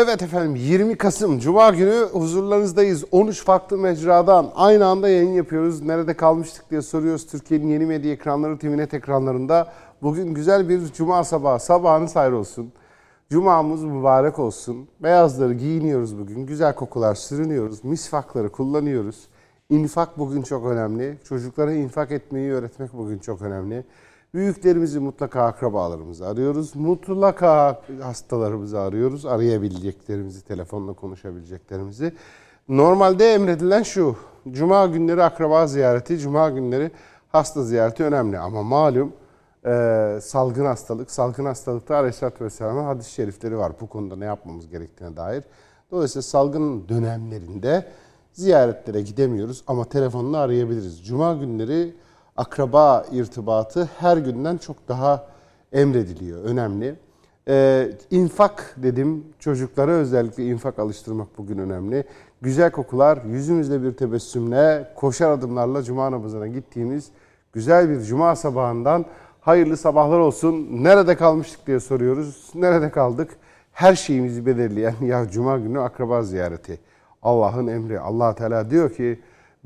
Evet efendim, 20 Kasım Cuma günü huzurlarınızdayız. 13 farklı mecradan aynı anda yayın yapıyoruz. Nerede kalmıştık diye soruyoruz. Türkiye'nin yeni medya ekranları, TVNet ekranlarında. Bugün güzel bir Cuma sabahı. Sabahınız hayır olsun. Cumamız mübarek olsun. Beyazları giyiniyoruz bugün. Güzel kokular sürünüyoruz. Misvakları kullanıyoruz. İnfak bugün çok önemli. Çocuklara infak etmeyi öğretmek bugün çok önemli. Büyüklerimizi, mutlaka akrabalarımızı arıyoruz. Mutlaka hastalarımızı arıyoruz. Arayabileceklerimizi, telefonla konuşabileceklerimizi. Normalde emredilen şu: Cuma günleri akraba ziyareti, Cuma günleri hasta ziyareti önemli. Ama malum salgın hastalık. Salgın hastalıkta Aleyhisselatü Vesselam'ın hadis-i şerifleri var bu konuda ne yapmamız gerektiğine dair. Dolayısıyla salgın dönemlerinde ziyaretlere gidemiyoruz ama telefonla arayabiliriz. Cuma günleri akraba irtibatı her günden çok daha emrediliyor, önemli. İnfak dedim, çocuklara özellikle infak alıştırmak bugün önemli. Güzel kokular, yüzümüzde bir tebessümle, koşar adımlarla Cuma namazına gittiğimiz güzel bir Cuma sabahından hayırlı sabahlar olsun. Nerede kalmıştık diye soruyoruz. Nerede kaldık? Her şeyimizi belirleyen ya Cuma günü akraba ziyareti. Allah'ın emri. Allah Teala diyor ki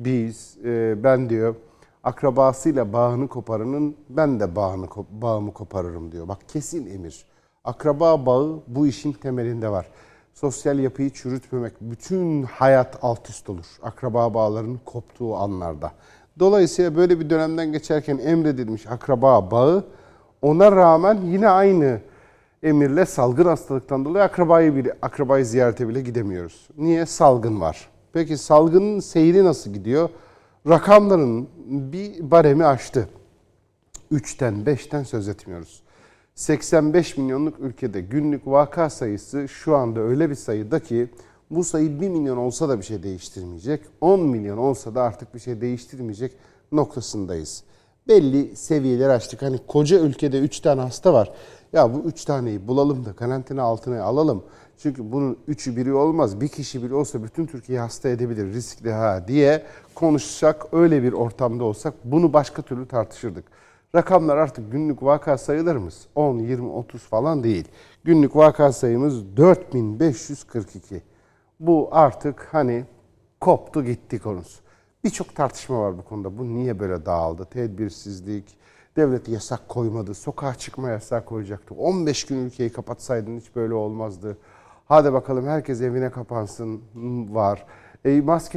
ben diyor akrabasıyla bağını koparanın ben de bağımı koparırım diyor. Bak, kesin emir. Akraba bağı bu işin temelinde var. Sosyal yapıyı çürütmemek, bütün hayat alt üst olur akraba bağlarının koptuğu anlarda. Dolayısıyla böyle bir dönemden geçerken emredilmiş akraba bağı, ona rağmen yine aynı emirle salgın hastalıktan dolayı akrabayı ziyarete bile gidemiyoruz. Niye? Salgın var. Peki salgının seyri nasıl gidiyor? Rakamların bir baremi aştı. 3'ten 5'ten söz etmiyoruz. 85 milyonluk ülkede günlük vaka sayısı şu anda öyle bir sayıda ki bu sayı 1 milyon olsa da bir şey değiştirmeyecek. 10 milyon olsa da artık bir şey değiştirmeyecek noktasındayız. Belli seviyeler açtık. Hani koca ülkede 3 tane hasta var. Ya bu 3 taneyi bulalım da karantina altına alalım. Çünkü bunun 3'ü biri olmaz. Bir kişi bile olsa bütün Türkiye'yi hasta edebilir, riskli diye konuşacak öyle bir ortamda olsak bunu başka türlü tartışırdık. Rakamlar artık günlük vaka sayılarımız 10, 20, 30 falan değil. Günlük vaka sayımız 4542. Bu artık hani koptu gitti konusu. Birçok tartışma var bu konuda. Bu niye böyle dağıldı? Tedbirsizlik, devlet yasak koymadı, sokağa çıkma yasağı koyacaktı. 15 gün ülkeyi kapatsaydın hiç böyle olmazdı. Hadi bakalım herkes evine kapansın var. Maske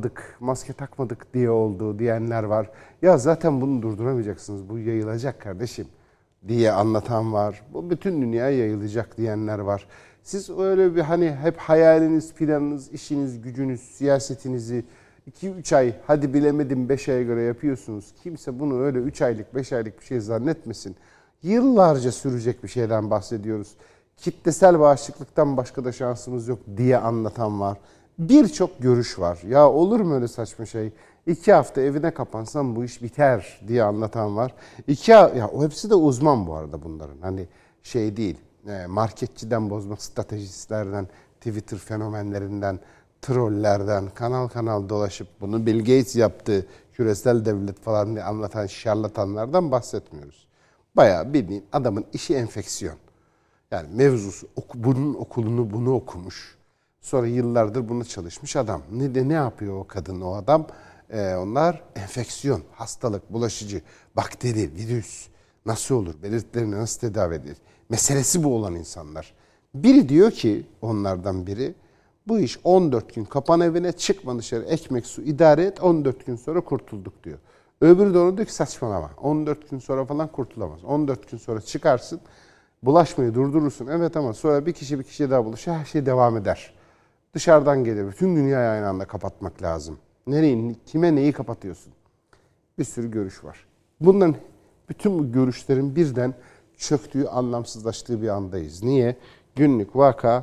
takmadık diye oldu diyenler var. Ya zaten bunu durduramayacaksınız, bu yayılacak kardeşim diye anlatan var. Bu bütün dünyaya yayılacak diyenler var. Siz öyle bir hani hep hayaliniz, planınız, işiniz, gücünüz, siyasetinizi 2-3 ay, hadi bilemedim 5 aya göre yapıyorsunuz. Kimse bunu öyle 3 aylık, 5 aylık bir şey zannetmesin. Yıllarca sürecek bir şeyden bahsediyoruz. Kitlesel bağışıklıktan başka da şansımız yok diye anlatan var. Birçok görüş var. Ya olur mu öyle saçma şey? 2 hafta evine kapansam bu iş biter diye anlatan var. Ya o hepsi de uzman bu arada bunların. Hani şey değil, marketçiden bozma stratejistlerden, Twitter fenomenlerinden, trollerden, kanal kanal dolaşıp bunu Bill Gates yaptı, küresel devlet falan diye anlatan şarlatanlardan bahsetmiyoruz. Bayağı bildiğin adamın işi enfeksiyon. Yani mevzusu, bunun okulunu bunu okumuş. Sonra yıllardır bunu çalışmış adam. Ne yapıyor o kadın, o adam? Onlar enfeksiyon, hastalık, bulaşıcı, bakteri, virüs nasıl olur? Belirtilerini nasıl tedavi edilir? Meselesi bu olan insanlar. Biri diyor ki, onlardan biri, bu iş 14 gün kapan evine, çıkma dışarı, ekmek su idare et, 14 gün sonra kurtulduk diyor. Öbürü de onu diyor ki saçmalama, 14 gün sonra falan kurtulamaz. 14 gün sonra çıkarsın, bulaşmayı durdurursun. Evet ama sonra bir kişi daha bulaşır, her şey devam eder. Dışarıdan gelir. Bütün dünyayı aynı anda kapatmak lazım. Kime neyi kapatıyorsun? Bir sürü görüş var. Bunların bütün bu görüşlerin birden çöktüğü, anlamsızlaştığı bir andayız. Niye? Günlük vaka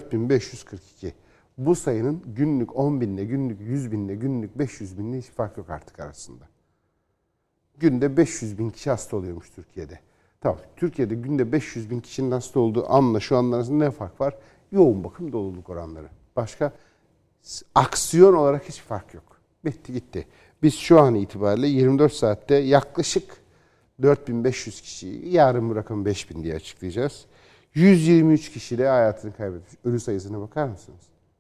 4542. Bu sayının günlük 10 binle, günlük 100 binle, günlük 500 binle hiç fark yok artık arasında. Günde 500 bin kişi hasta oluyormuş Türkiye'de. Tamam, Türkiye'de günde 500 bin kişinin hasta olduğu anla şu anlar arasında ne fark var? Yoğun bakım doluluk oranları. Başka aksiyon olarak hiç fark yok. Bitti gitti. Biz şu an itibariyle 24 saatte yaklaşık 4500 kişiyi, yarın bu rakamı 5000 diye açıklayacağız. 123 kişi de hayatını kaybetmiş. Ölü sayısına bakar mısınız?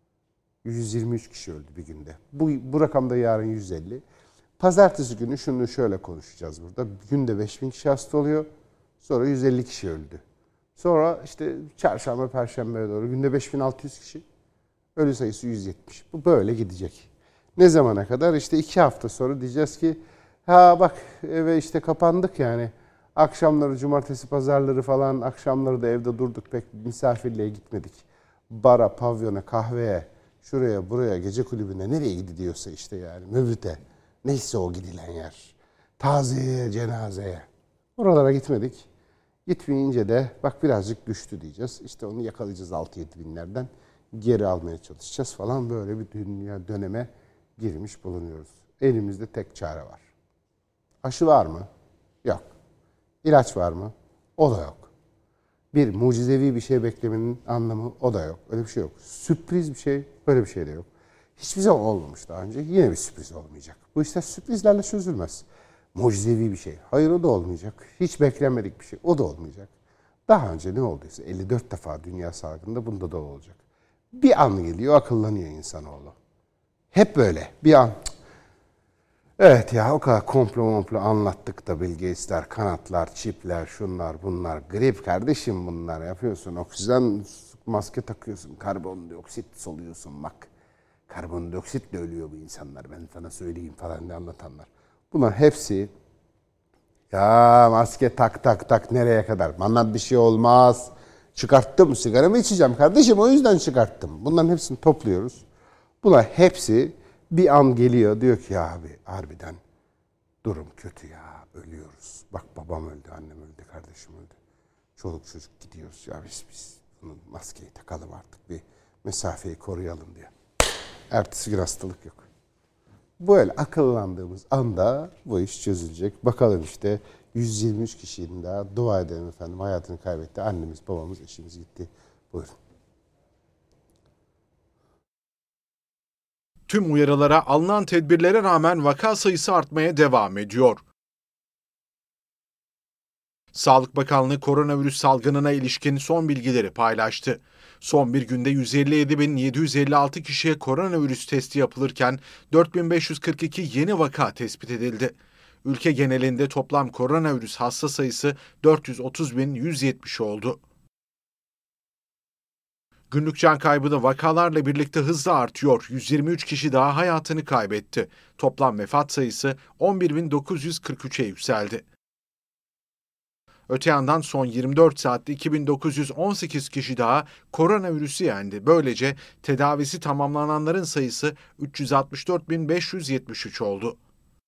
123 kişi öldü bir günde. Bu rakamda yarın 150. Pazartesi günü şunu şöyle konuşacağız burada. Günde 5000 kişi hasta oluyor. Sonra 150 kişi öldü. Sonra işte çarşamba, perşembeye doğru günde 5600 kişi. Ölü sayısı 170. Bu böyle gidecek. Ne zamana kadar? İşte 2 hafta sonra diyeceğiz ki ha bak eve işte kapandık yani. Akşamları, cumartesi, pazarları falan akşamları da evde durduk. Pek misafirliğe gitmedik. Bara, pavyona, kahveye, şuraya, buraya, gece kulübüne nereye gidiyorsa işte yani mevlüte. Neyse o gidilen yer. Taziyeye, cenazeye. Oralara gitmedik. Gitmeyince de bak birazcık düştü diyeceğiz. İşte onu yakalayacağız 6-7 binlerden. Geri almaya çalışacağız falan. Böyle bir dünya döneme girmiş bulunuyoruz. Elimizde tek çare var. Aşı var mı? Yok. İlaç var mı? O da yok. Bir mucizevi bir şey beklemenin anlamı o da yok. Öyle bir şey yok. Sürpriz bir şey, böyle bir şey de yok. Hiçbir zaman olmamış daha önce. Yine bir sürpriz olmayacak. Bu işler sürprizlerle çözülmez. Mucizevi bir şey. Hayır o da olmayacak. Hiç beklenmedik bir şey. O da olmayacak. Daha önce ne olduysa 54 defa dünya salgında bunda da olacak. Bir an geliyor akıllanıyor insanoğlu. Hep böyle bir an. Evet ya o kadar komplo anlattık da Bill Gates'ler, kanatlar, çipler, şunlar bunlar. Grip kardeşim bunlar yapıyorsun. Oksijen maske takıyorsun. Karbondioksit soluyorsun bak. Karbondioksitle ölüyor bu insanlar. Ben sana söyleyeyim falan diye anlatanlar. Bunlar hepsi ya maske tak nereye kadar? Bana bir şey olmaz. Çıkarttım sigaramı içeceğim kardeşim o yüzden çıkarttım. Bunların hepsini topluyoruz. Bunlar hepsi bir an geliyor diyor ki ya abi harbiden durum kötü ya ölüyoruz. Bak babam öldü, annem öldü, kardeşim öldü. Çoluk çocuk gidiyoruz ya biz bunu maskeyi takalım artık bir mesafeyi koruyalım diye. Ertesi gün hastalık yok. Böyle akıllandığımız anda bu iş çözülecek. Bakalım işte 123 kişinin daha dua edelim efendim hayatını kaybetti. Annemiz, babamız, eşimiz gitti. Buyurun. Tüm uyarılara, alınan tedbirlere rağmen vaka sayısı artmaya devam ediyor. Sağlık Bakanlığı koronavirüs salgınına ilişkin son bilgileri paylaştı. Son bir günde 157.756 kişiye koronavirüs testi yapılırken 4.542 yeni vaka tespit edildi. Ülke genelinde toplam koronavirüs hasta sayısı 430.170 oldu. Günlük can kaybı da vakalarla birlikte hızla artıyor. 123 kişi daha hayatını kaybetti. Toplam vefat sayısı 11.943'e yükseldi. Öte yandan son 24 saatte 2.918 kişi daha koronavirüsü yendi. Böylece tedavisi tamamlananların sayısı 364.573 oldu.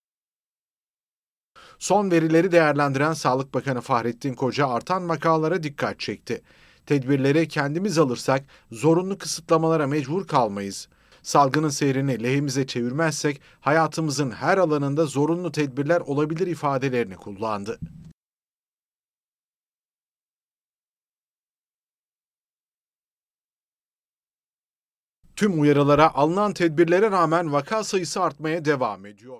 Son verileri değerlendiren Sağlık Bakanı Fahrettin Koca artan vakalara dikkat çekti. Tedbirleri kendimiz alırsak zorunlu kısıtlamalara mecbur kalmayız. Salgının seyrini lehimize çevirmezsek hayatımızın her alanında zorunlu tedbirler olabilir ifadelerini kullandı. Tüm uyarılara, alınan tedbirlere rağmen vaka sayısı artmaya devam ediyor.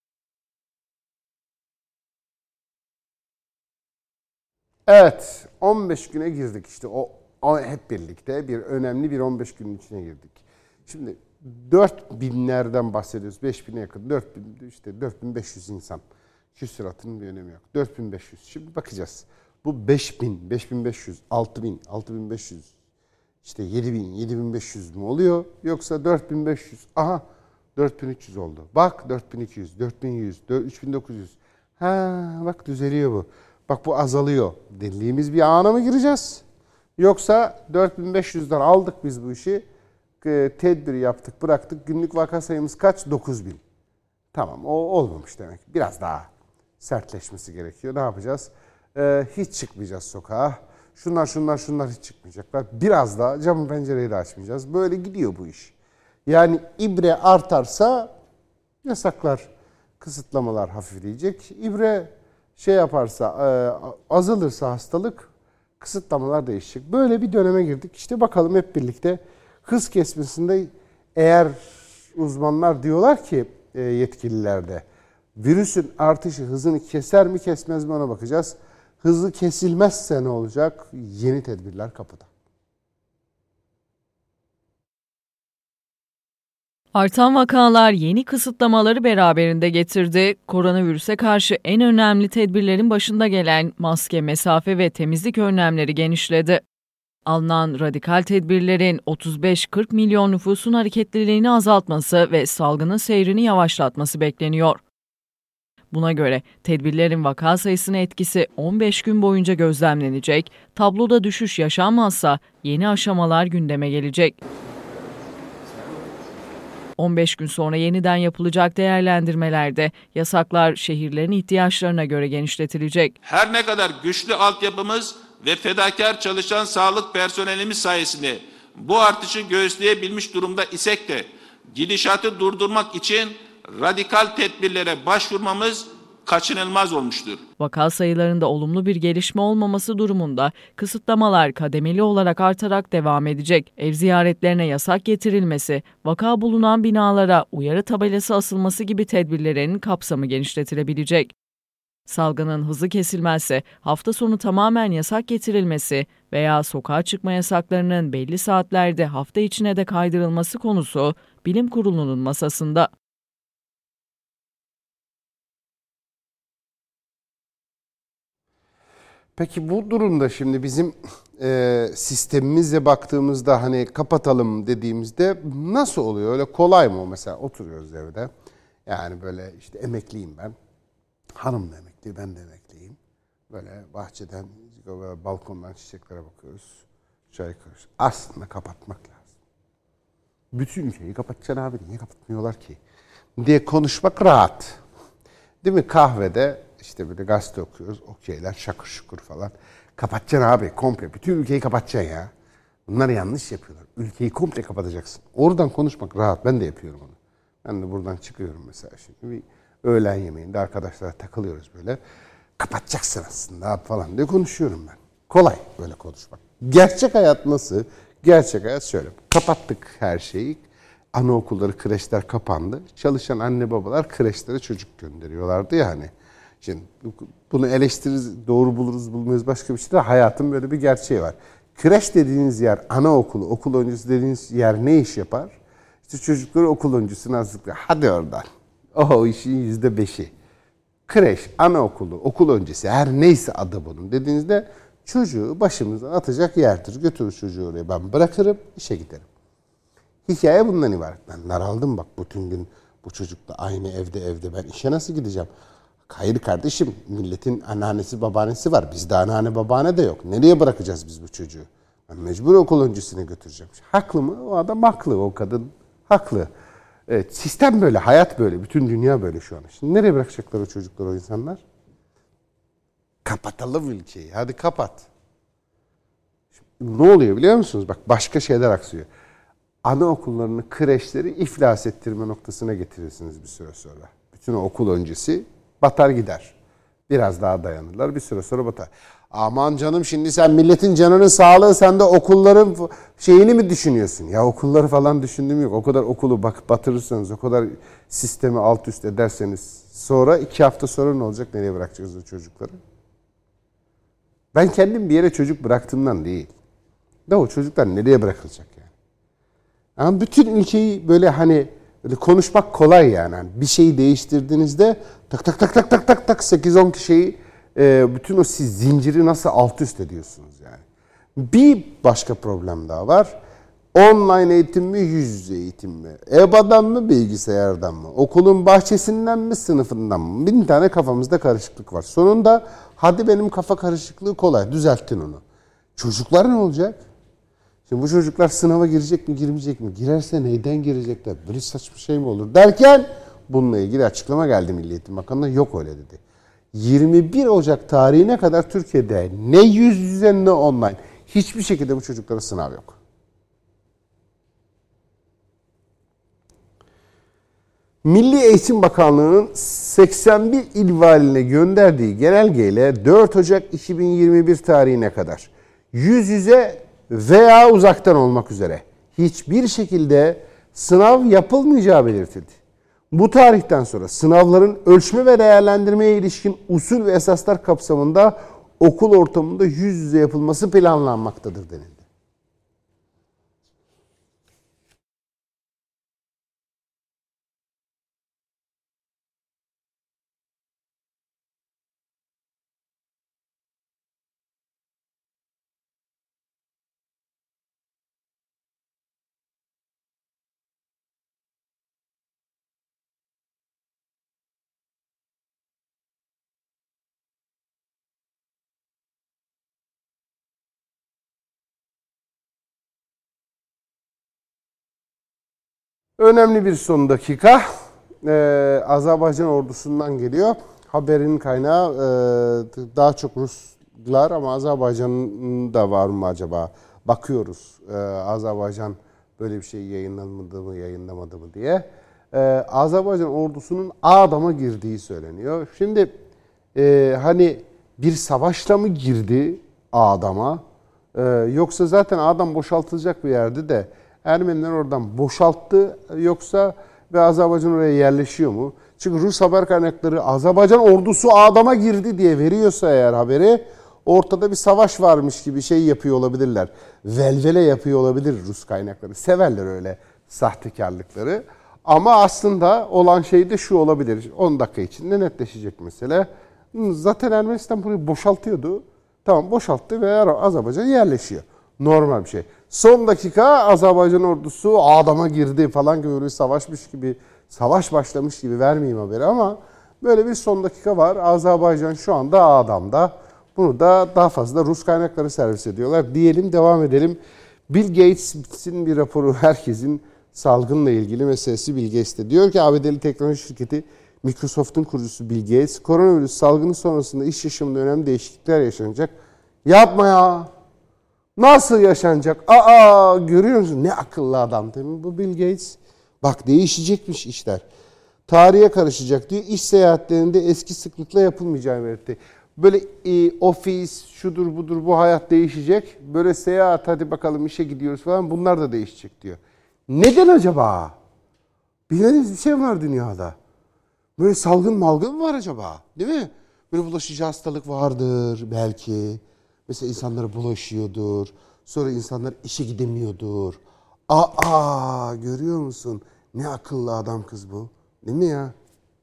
Evet 15 güne girdik işte o hep birlikte bir önemli bir 15 günün içine girdik. Şimdi 4000'lerden bahsediyoruz. 5000'e yakın. 4000 işte 4500 insan. Küsuratının bir önemi yok. 4500. Şimdi bakacağız. Bu 5000, 5500, 6000, 6500 işte 7000, 7500 mü oluyor yoksa 4500? Aha 4300 oldu. Bak 4200, 4100, 3900. Ha bak düzeliyor bu. Bak bu azalıyor. Dediğimiz bir ana mı gireceğiz? Yoksa 4500'den aldık biz bu işi. Tedbir yaptık, bıraktık. Günlük vaka sayımız kaç? 9000. Tamam o olmamış demek. Biraz daha sertleşmesi gerekiyor. Ne yapacağız? Hiç çıkmayacağız sokağa. Şunlar hiç çıkmayacaklar. Biraz daha camı pencereyi de açmayacağız. Böyle gidiyor bu iş. Yani ibre artarsa yasaklar, kısıtlamalar hafifleyecek. İbre şey yaparsa, azalırsa hastalık, kısıtlamalar değişecek. Böyle bir döneme girdik. İşte bakalım hep birlikte hız kesmesinde eğer uzmanlar diyorlar ki yetkililer de virüsün artışı hızını keser mi kesmez mi ona bakacağız. Hızı kesilmezse ne olacak? Yeni tedbirler kapıda. Artan vakalar yeni kısıtlamaları beraberinde getirdi. Koronavirüse karşı en önemli tedbirlerin başında gelen maske, mesafe ve temizlik önlemleri genişledi. Alınan radikal tedbirlerin 35-40 milyon nüfusun hareketliliğini azaltması ve salgının seyrini yavaşlatması bekleniyor. Buna göre tedbirlerin vaka sayısına etkisi 15 gün boyunca gözlemlenecek, tabloda düşüş yaşanmazsa yeni aşamalar gündeme gelecek. 15 gün sonra yeniden yapılacak değerlendirmelerde yasaklar şehirlerin ihtiyaçlarına göre genişletilecek. Her ne kadar güçlü altyapımız ve fedakar çalışan sağlık personelimiz sayesinde bu artışı göğüsleyebilmiş durumda isek de gidişatı durdurmak için radikal tedbirlere başvurmamız kaçınılmaz olmuştur. Vaka sayılarında olumlu bir gelişme olmaması durumunda kısıtlamalar kademeli olarak artarak devam edecek. Ev ziyaretlerine yasak getirilmesi, vaka bulunan binalara uyarı tabelası asılması gibi tedbirlerin kapsamı genişletilebilecek. Salgının hızı kesilmezse hafta sonu tamamen yasak getirilmesi veya sokağa çıkma yasaklarının belli saatlerde hafta içine de kaydırılması konusu Bilim Kurulu'nun masasında. Peki bu durumda şimdi bizim sistemimizle baktığımızda hani kapatalım dediğimizde nasıl oluyor? Öyle kolay mı? Mesela oturuyoruz evde. Yani böyle işte emekliyim ben. Hanım da emekli, ben de emekliyim. Böyle bahçeden, böyle balkondan çiçeklere bakıyoruz. Çay içiyoruz. Aslında kapatmak lazım. Bütün ülkeyi kapatacaksın abi. Niye kapatmıyorlar ki? Diye konuşmak rahat. Değil mi? Kahvede işte böyle gazete okuyoruz. Okeyler şakır şukur falan. Kapatacaksın abi komple. Bütün ülkeyi kapatacaksın ya. Bunlar yanlış yapıyorlar. Ülkeyi komple kapatacaksın. Oradan konuşmak rahat. Ben de yapıyorum onu. Ben de buradan çıkıyorum mesela şimdi. Bir öğlen yemeğinde arkadaşlarla takılıyoruz böyle. Kapatacaksın aslında falan diye konuşuyorum ben. Kolay böyle konuşmak. Gerçek hayat nasıl? Gerçek hayat şöyle. Kapattık her şeyi. Anaokulları, kreşler kapandı. Çalışan anne babalar kreşlere çocuk gönderiyorlardı ya hani. Şimdi bunu eleştiririz, doğru buluruz bulmayız başka bir şey de hayatın böyle bir gerçeği var. Kreş dediğiniz yer, anaokulu, okul öncesi dediğiniz yer ne iş yapar? İşte çocukları okul öncesine hazırlıyor. Hadi oradan. O işin %5'i. Kreş, anaokulu, okul öncesi her neyse adı bunun dediğinizde çocuğu başımızdan atacak yerdir. Götürür çocuğu oraya ben bırakırım, işe giderim. Hikaye bundan ibaret. Ben daraldım bak bütün gün bu çocukla aynı evde ben işe nasıl gideceğim? Hayır kardeşim milletin anneannesi babaannesi var. Bizde anneanne babaanne de yok. Nereye bırakacağız biz bu çocuğu? Ben mecbur okul öncesine götüreceğim. Haklı mı? O adam haklı. O kadın haklı. Evet, sistem böyle, hayat böyle. Bütün dünya böyle şu an. Şimdi nereye bırakacaklar o çocuklar, o insanlar? Kapatalım ülkeyi. Hadi kapat. Şimdi ne oluyor biliyor musunuz? Bak başka şeyler aksıyor. Anaokullarını, kreşleri iflas ettirme noktasına getirirsiniz bir süre sonra. Bütün o okul öncesi batar gider. Biraz daha dayanırlar. Bir süre sonra batar. Aman canım şimdi sen milletin canının sağlığı, sen de okulların şeyini mi düşünüyorsun? Ya okulları falan düşündüğüm yok. O kadar okulu batırırsanız, o kadar sistemi alt üst ederseniz sonra 2 hafta sonra ne olacak? Nereye bırakacağız o çocukları? Ben kendim bir yere çocuk bıraktığımdan değil. Da o çocuklar nereye bırakılacak yani? Ama bütün ülkeyi böyle hani böyle konuşmak kolay yani. Bir şeyi değiştirdiğinizde tak 8-10 kişiyi bütün o siz zinciri nasıl alt üst ediyorsunuz yani. Bir başka problem daha var. Online eğitim mi, yüz yüze eğitim mi? EBA'dan mı, bilgisayardan mı? Okulun bahçesinden mi, sınıfından mı? 1000 tane kafamızda karışıklık var. Sonunda hadi benim kafa karışıklığı kolay, düzelttin onu. Çocuklar ne olacak? Şimdi bu çocuklar sınava girecek mi, girmeyecek mi? Girerse neyden girecekler? Böyle saçma şey mi olur? Derken bununla ilgili açıklama geldi Milli Eğitim Bakanı'na. Yok öyle dedi. 21 Ocak tarihine kadar Türkiye'de ne yüz yüze ne online hiçbir şekilde bu çocuklara sınav yok. Milli Eğitim Bakanlığı'nın 81 il valine gönderdiği genelgeyle 4 Ocak 2021 tarihine kadar yüz yüze veya uzaktan olmak üzere hiçbir şekilde sınav yapılmayacağı belirtildi. Bu tarihten sonra sınavların ölçme ve değerlendirmeye ilişkin usul ve esaslar kapsamında okul ortamında yüz yüze yapılması planlanmaktadır denildi. Önemli bir son dakika. Azerbaycan ordusundan geliyor. Haberin kaynağı daha çok Ruslar ama Azerbaycan'ın da var mı acaba? Bakıyoruz. Azerbaycan böyle bir şey yayınlamadı mı diye. Azerbaycan ordusunun Ağdam'a girdiği söyleniyor. Şimdi hani bir savaşla mı girdi Ağdam'a? Yoksa zaten Ağdam boşaltılacak bir yerdi de Ermeniler oradan boşalttı yoksa ve Azerbaycan oraya yerleşiyor mu? Çünkü Rus haber kaynakları Azerbaycan ordusu Ağdam'a girdi diye veriyorsa eğer haberi, ortada bir savaş varmış gibi şey yapıyor olabilirler. Velvele yapıyor olabilir Rus kaynakları. Severler öyle sahtekarlıkları. Ama aslında olan şey de şu olabilir. 10 dakika içinde netleşecek mesele. Zaten Ermenistan burayı boşaltıyordu. Tamam, boşalttı ve Azerbaycan yerleşiyor. Normal bir şey. Son dakika Azerbaycan ordusu Ağdam'a girdi falan gibi, savaşmış gibi, savaş başlamış gibi vermeyeyim haberi ama böyle bir son dakika var. Azerbaycan şu anda Ağdam'da. Bunu da daha fazla Rus kaynakları servis ediyorlar. Diyelim, devam edelim. Bill Gates'in bir raporu, herkesin salgınla ilgili meselesi Bill Gates'te. Diyor ki ABD'li teknoloji şirketi Microsoft'un kurucusu Bill Gates, koronavirüs salgını sonrasında iş yaşamında önemli değişiklikler yaşanacak. Yapma ya! Nasıl yaşanacak? Görüyor musun? Ne akıllı adam değil mi bu Bill Gates? Bak, değişecekmiş işler. Tarihe karışacak diyor. İş seyahatlerinde eski sıklıkla yapılmayacağını belirtti. Böyle ofis, şudur budur, bu hayat değişecek. Böyle seyahat, hadi bakalım işe gidiyoruz falan, bunlar da değişecek diyor. Neden acaba? Bilmediğimiz bir şey var dünyada. Böyle salgın malgın mı var acaba? Değil mi? Böyle bulaşıcı hastalık vardır belki. Mesela insanlara bulaşıyordur. Sonra insanlar işe gidemiyordur. Görüyor musun? Ne akıllı adam kız bu. Değil mi ya?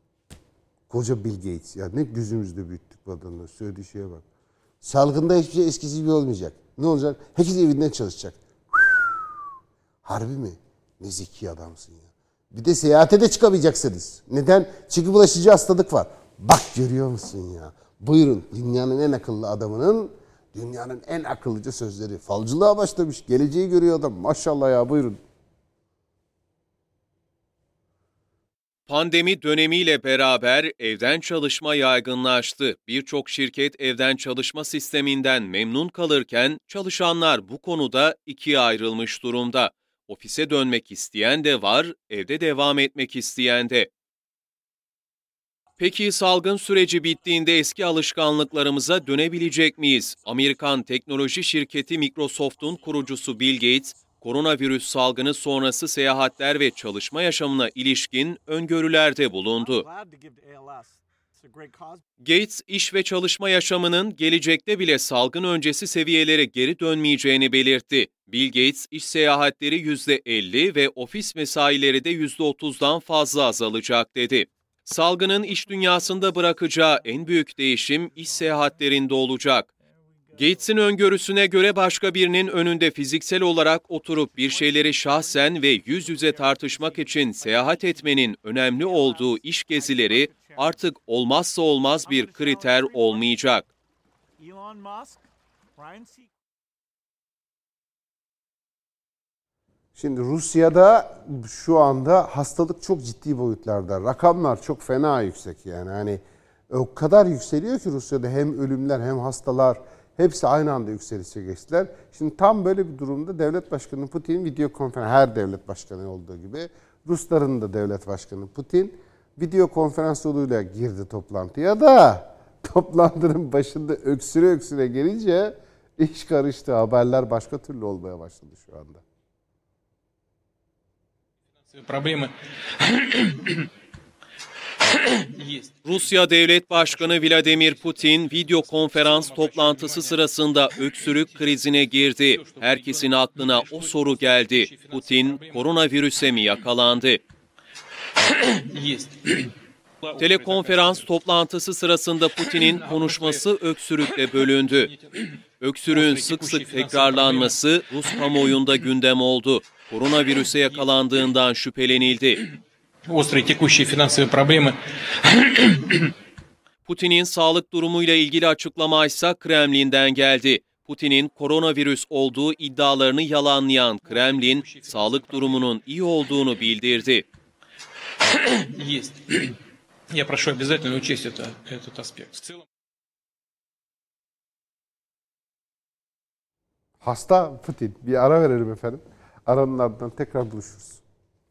Koca Bill Gates. Ya ne gözümüzde büyüttük bu adamları. Söylediği şeye bak. Salgında hiçbir şey eskisi gibi olmayacak. Ne olacak? Herkes evinden çalışacak. Harbi mi? Ne zeki adamsın ya. Bir de seyahate de çıkamayacaksınız. Neden? Çünkü bulaşıcı hastalık var. Bak, görüyor musun ya? Buyurun, dünyanın en akıllı adamının dünyanın en akıllıca sözleri. Falcılığa başlamış. Geleceği görüyor adam. Maşallah ya, buyurun. Pandemi dönemiyle beraber evden çalışma yaygınlaştı. Birçok şirket evden çalışma sisteminden memnun kalırken çalışanlar bu konuda ikiye ayrılmış durumda. Ofise dönmek isteyen de var, evde devam etmek isteyen de. Peki salgın süreci bittiğinde eski alışkanlıklarımıza dönebilecek miyiz? Amerikan teknoloji şirketi Microsoft'un kurucusu Bill Gates, koronavirüs salgını sonrası seyahatler ve çalışma yaşamına ilişkin öngörülerde bulundu. Gates, iş ve çalışma yaşamının gelecekte bile salgın öncesi seviyelere geri dönmeyeceğini belirtti. Bill Gates, iş seyahatleri %50 ve ofis mesaileri de %30'dan fazla azalacak dedi. Salgının iş dünyasında bırakacağı en büyük değişim iş seyahatlerinde olacak. Gates'in öngörüsüne göre başka birinin önünde fiziksel olarak oturup bir şeyleri şahsen ve yüz yüze tartışmak için seyahat etmenin önemli olduğu iş gezileri artık olmazsa olmaz bir kriter olmayacak. Şimdi Rusya'da şu anda hastalık çok ciddi boyutlarda. Rakamlar çok fena yüksek yani. Hani o kadar yükseliyor ki Rusya'da hem ölümler hem hastalar hepsi aynı anda yükselişe geçtiler. Şimdi tam böyle bir durumda devlet başkanı Putin video konferans, her devlet başkanı olduğu gibi Rusların da devlet başkanı Putin video konferans yoluyla girdi toplantıya da toplantının başında öksüre öksüre gelince iş karıştı. Haberler başka türlü olmaya başladı şu anda. Проблемы Rusya Devlet Başkanı Vladimir Putin video konferans toplantısı sırasında öksürük krizine girdi. Herkesin aklına o soru geldi. Putin koronavirüse mi yakalandı? Telekonferans toplantısı sırasında Putin'in konuşması öksürükle bölündü. Öksürüğün sık sık tekrarlanması Rus kamuoyunda gündem oldu. Koronavirüse yakalandığından şüphelenildi. Putin'in sağlık durumuyla ilgili açıklama ise Kremlin'den geldi. Putin'in koronavirüs olduğu iddialarını yalanlayan Kremlin, sağlık durumunun iyi olduğunu bildirdi. Я прошу обязательно учесть этот аспект. В целом... Hasta Putin. Bir ara verelim efendim. Aranın ardından tekrar buluşuruz.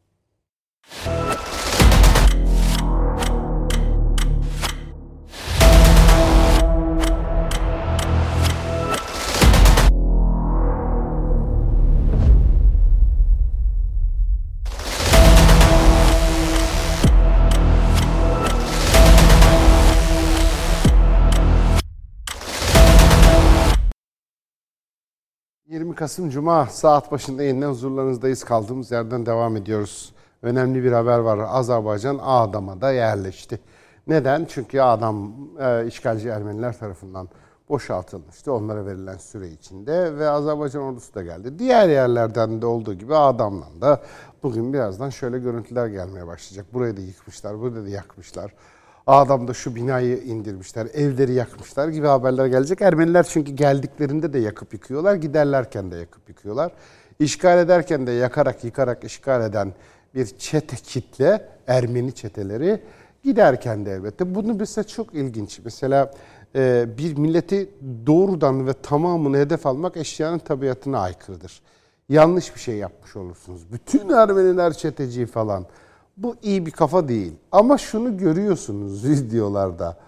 Kasım Cuma saat başında yeniden huzurlarınızdayız. Kaldığımız yerden devam ediyoruz. Önemli bir haber var. Azerbaycan Ağdam'a da yerleşti. Neden? Çünkü Ağdam işgalci Ermeniler tarafından boşaltılmıştı. Onlara verilen süre içinde ve Azerbaycan ordusu da geldi. Diğer yerlerden de olduğu gibi Ağdam'dan da bugün birazdan şöyle görüntüler gelmeye başlayacak. Burayı da yıkmışlar, burada da yakmışlar. Ağdam'da şu binayı indirmişler, evleri yakmışlar gibi haberler gelecek. Ermeniler çünkü geldiklerinde de yakıp yıkıyorlar, giderlerken de yakıp yıkıyorlar. İşgal ederken de yakarak, yıkarak işgal eden bir çete kitle, Ermeni çeteleri, giderken de elbette. Bunu mesela çok ilginç. Mesela bir milleti doğrudan ve tamamını hedef almak eşyanın tabiatına aykırıdır. Yanlış bir şey yapmış olursunuz. Bütün Ermeniler çeteci falan. Bu iyi bir kafa değil. Ama şunu görüyorsunuz videolarda.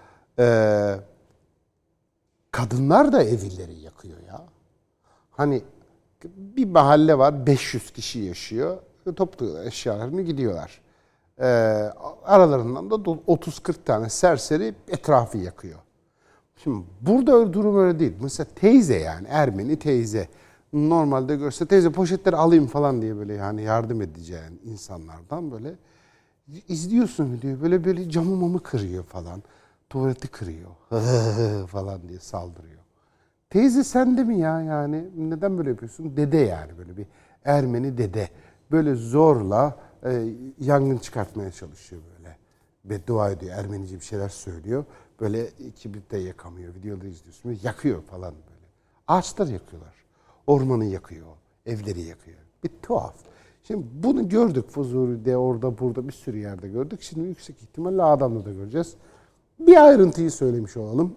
Kadınlar da evleri yakıyor ya. Hani bir mahalle var, 500 kişi yaşıyor. Topluyorlar eşyalarını, gidiyorlar. Aralarından da 30-40 tane serseri etrafı yakıyor. Şimdi burada durum öyle değil. Mesela teyze, yani Ermeni teyze. Normalde görse teyze poşetleri alayım falan diye böyle yani yardım edeceğin insanlardan böyle izliyorsun diyor. Böyle camı mamı kırıyor falan. Tuvaleti kırıyor falan diye saldırıyor. Teyze sen de mi ya, yani neden böyle yapıyorsun? Dede, yani böyle bir Ermeni dede. Böyle zorla yangın çıkartmaya çalışıyor böyle. Beddua ediyor. Ermenice bir şeyler söylüyor. Böyle kibrit de yakamıyor. Videoda izliyorsun. Yakıyor falan böyle. Ağaçları yakıyorlar. Ormanı yakıyor. Evleri yakıyor. Bir tuhaf. Şimdi bunu gördük Fuzuli'de, orada, burada bir sürü yerde gördük. Şimdi yüksek ihtimalle Ağdam'da da göreceğiz. Bir ayrıntıyı söylemiş olalım.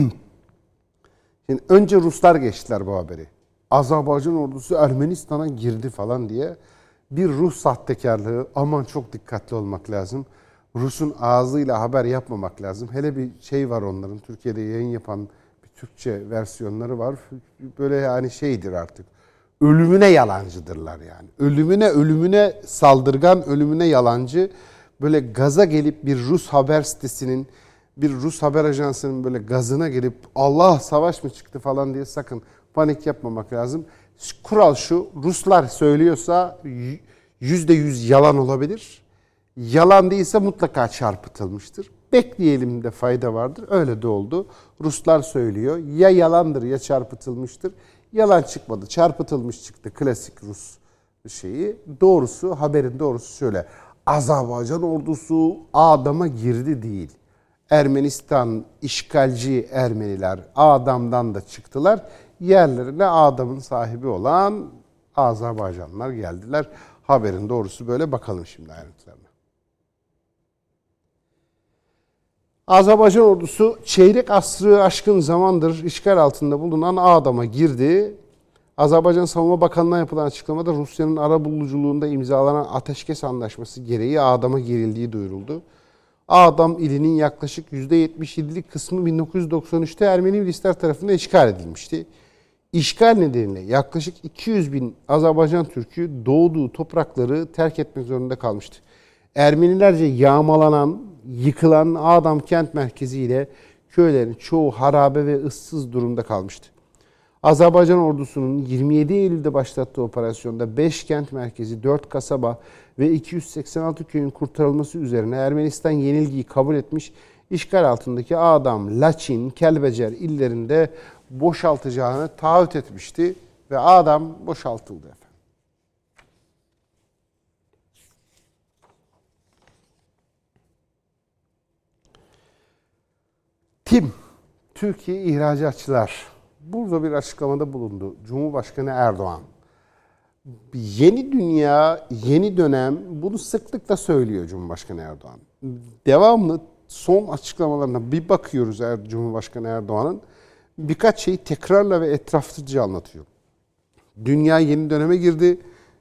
Şimdi önce Ruslar geçtiler bu haberi. Azerbaycan ordusu Ermenistan'a girdi falan diye bir Rus sahtekarlığı. Aman çok dikkatli olmak lazım. Rus'un ağzıyla haber yapmamak lazım. Hele bir şey var onların. Türkiye'de yayın yapan bir Türkçe versiyonları var. Böyle yani şeydir artık. Ölümüne yalancıdırlar yani. Ölümüne saldırgan, ölümüne yalancı. Böyle gaza gelip bir Rus haber sitesinin, bir Rus haber ajansının böyle gazına gelip Allah savaş mı çıktı falan diye sakın panik yapmamak lazım. Kural şu: Ruslar söylüyorsa %100 yalan olabilir. Yalan değilse mutlaka çarpıtılmıştır. Bekleyelim de fayda vardır. Öyle de oldu. Ruslar söylüyor. Ya yalandır ya çarpıtılmıştır. Yalan çıkmadı. Çarpıtılmış çıktı. Klasik Rus şeyi. Doğrusu, haberin doğrusu şöyle: Azerbaycan ordusu Ağdam'a girdi değil. Ermenistan işgalci Ermeniler Ağdam'dan da çıktılar. Yerlerine Ağdam'ın sahibi olan Azerbaycanlılar geldiler. Haberin doğrusu böyle. Bakalım şimdi ayrıntılarına. Azerbaycan ordusu çeyrek asrı aşkın zamandır işgal altında bulunan Ağdam'a girdi. Azerbaycan Savunma Bakanlığı'na yapılan açıklamada Rusya'nın arabuluculuğunda imzalanan ateşkes anlaşması gereği Ağdam'a girildiği duyuruldu. Ağdam ilinin yaklaşık %77'lik kısmı 1993'te Ermeni milisler tarafından işgal edilmişti. İşgal nedeniyle yaklaşık 200 bin Azerbaycan Türk'ü doğduğu toprakları terk etmek zorunda kalmıştı. Ermenilerce yağmalanan, yıkılan Ağdam kent merkeziyle köylerin çoğu harabe ve ıssız durumda kalmıştı. Azerbaycan ordusunun 27 Eylül'de başlattığı operasyonda 5 kent merkezi, 4 kasaba ve 286 köyün kurtarılması üzerine Ermenistan yenilgiyi kabul etmiş, işgal altındaki Ağdam, Laçin, Kelbecer illerinde boşaltacağını taahhüt etmişti ve Ağdam boşaltıldı efendim. TİM, Türkiye İhracatçılar, burada bir açıklamada bulundu. Cumhurbaşkanı Erdoğan. Yeni dünya, yeni dönem, bunu sıklıkla söylüyor Cumhurbaşkanı Erdoğan. Devamlı son açıklamalarına bir bakıyoruz Cumhurbaşkanı Erdoğan'ın. Birkaç şeyi tekrarla ve etraflıca anlatıyor. Dünya yeni döneme girdi.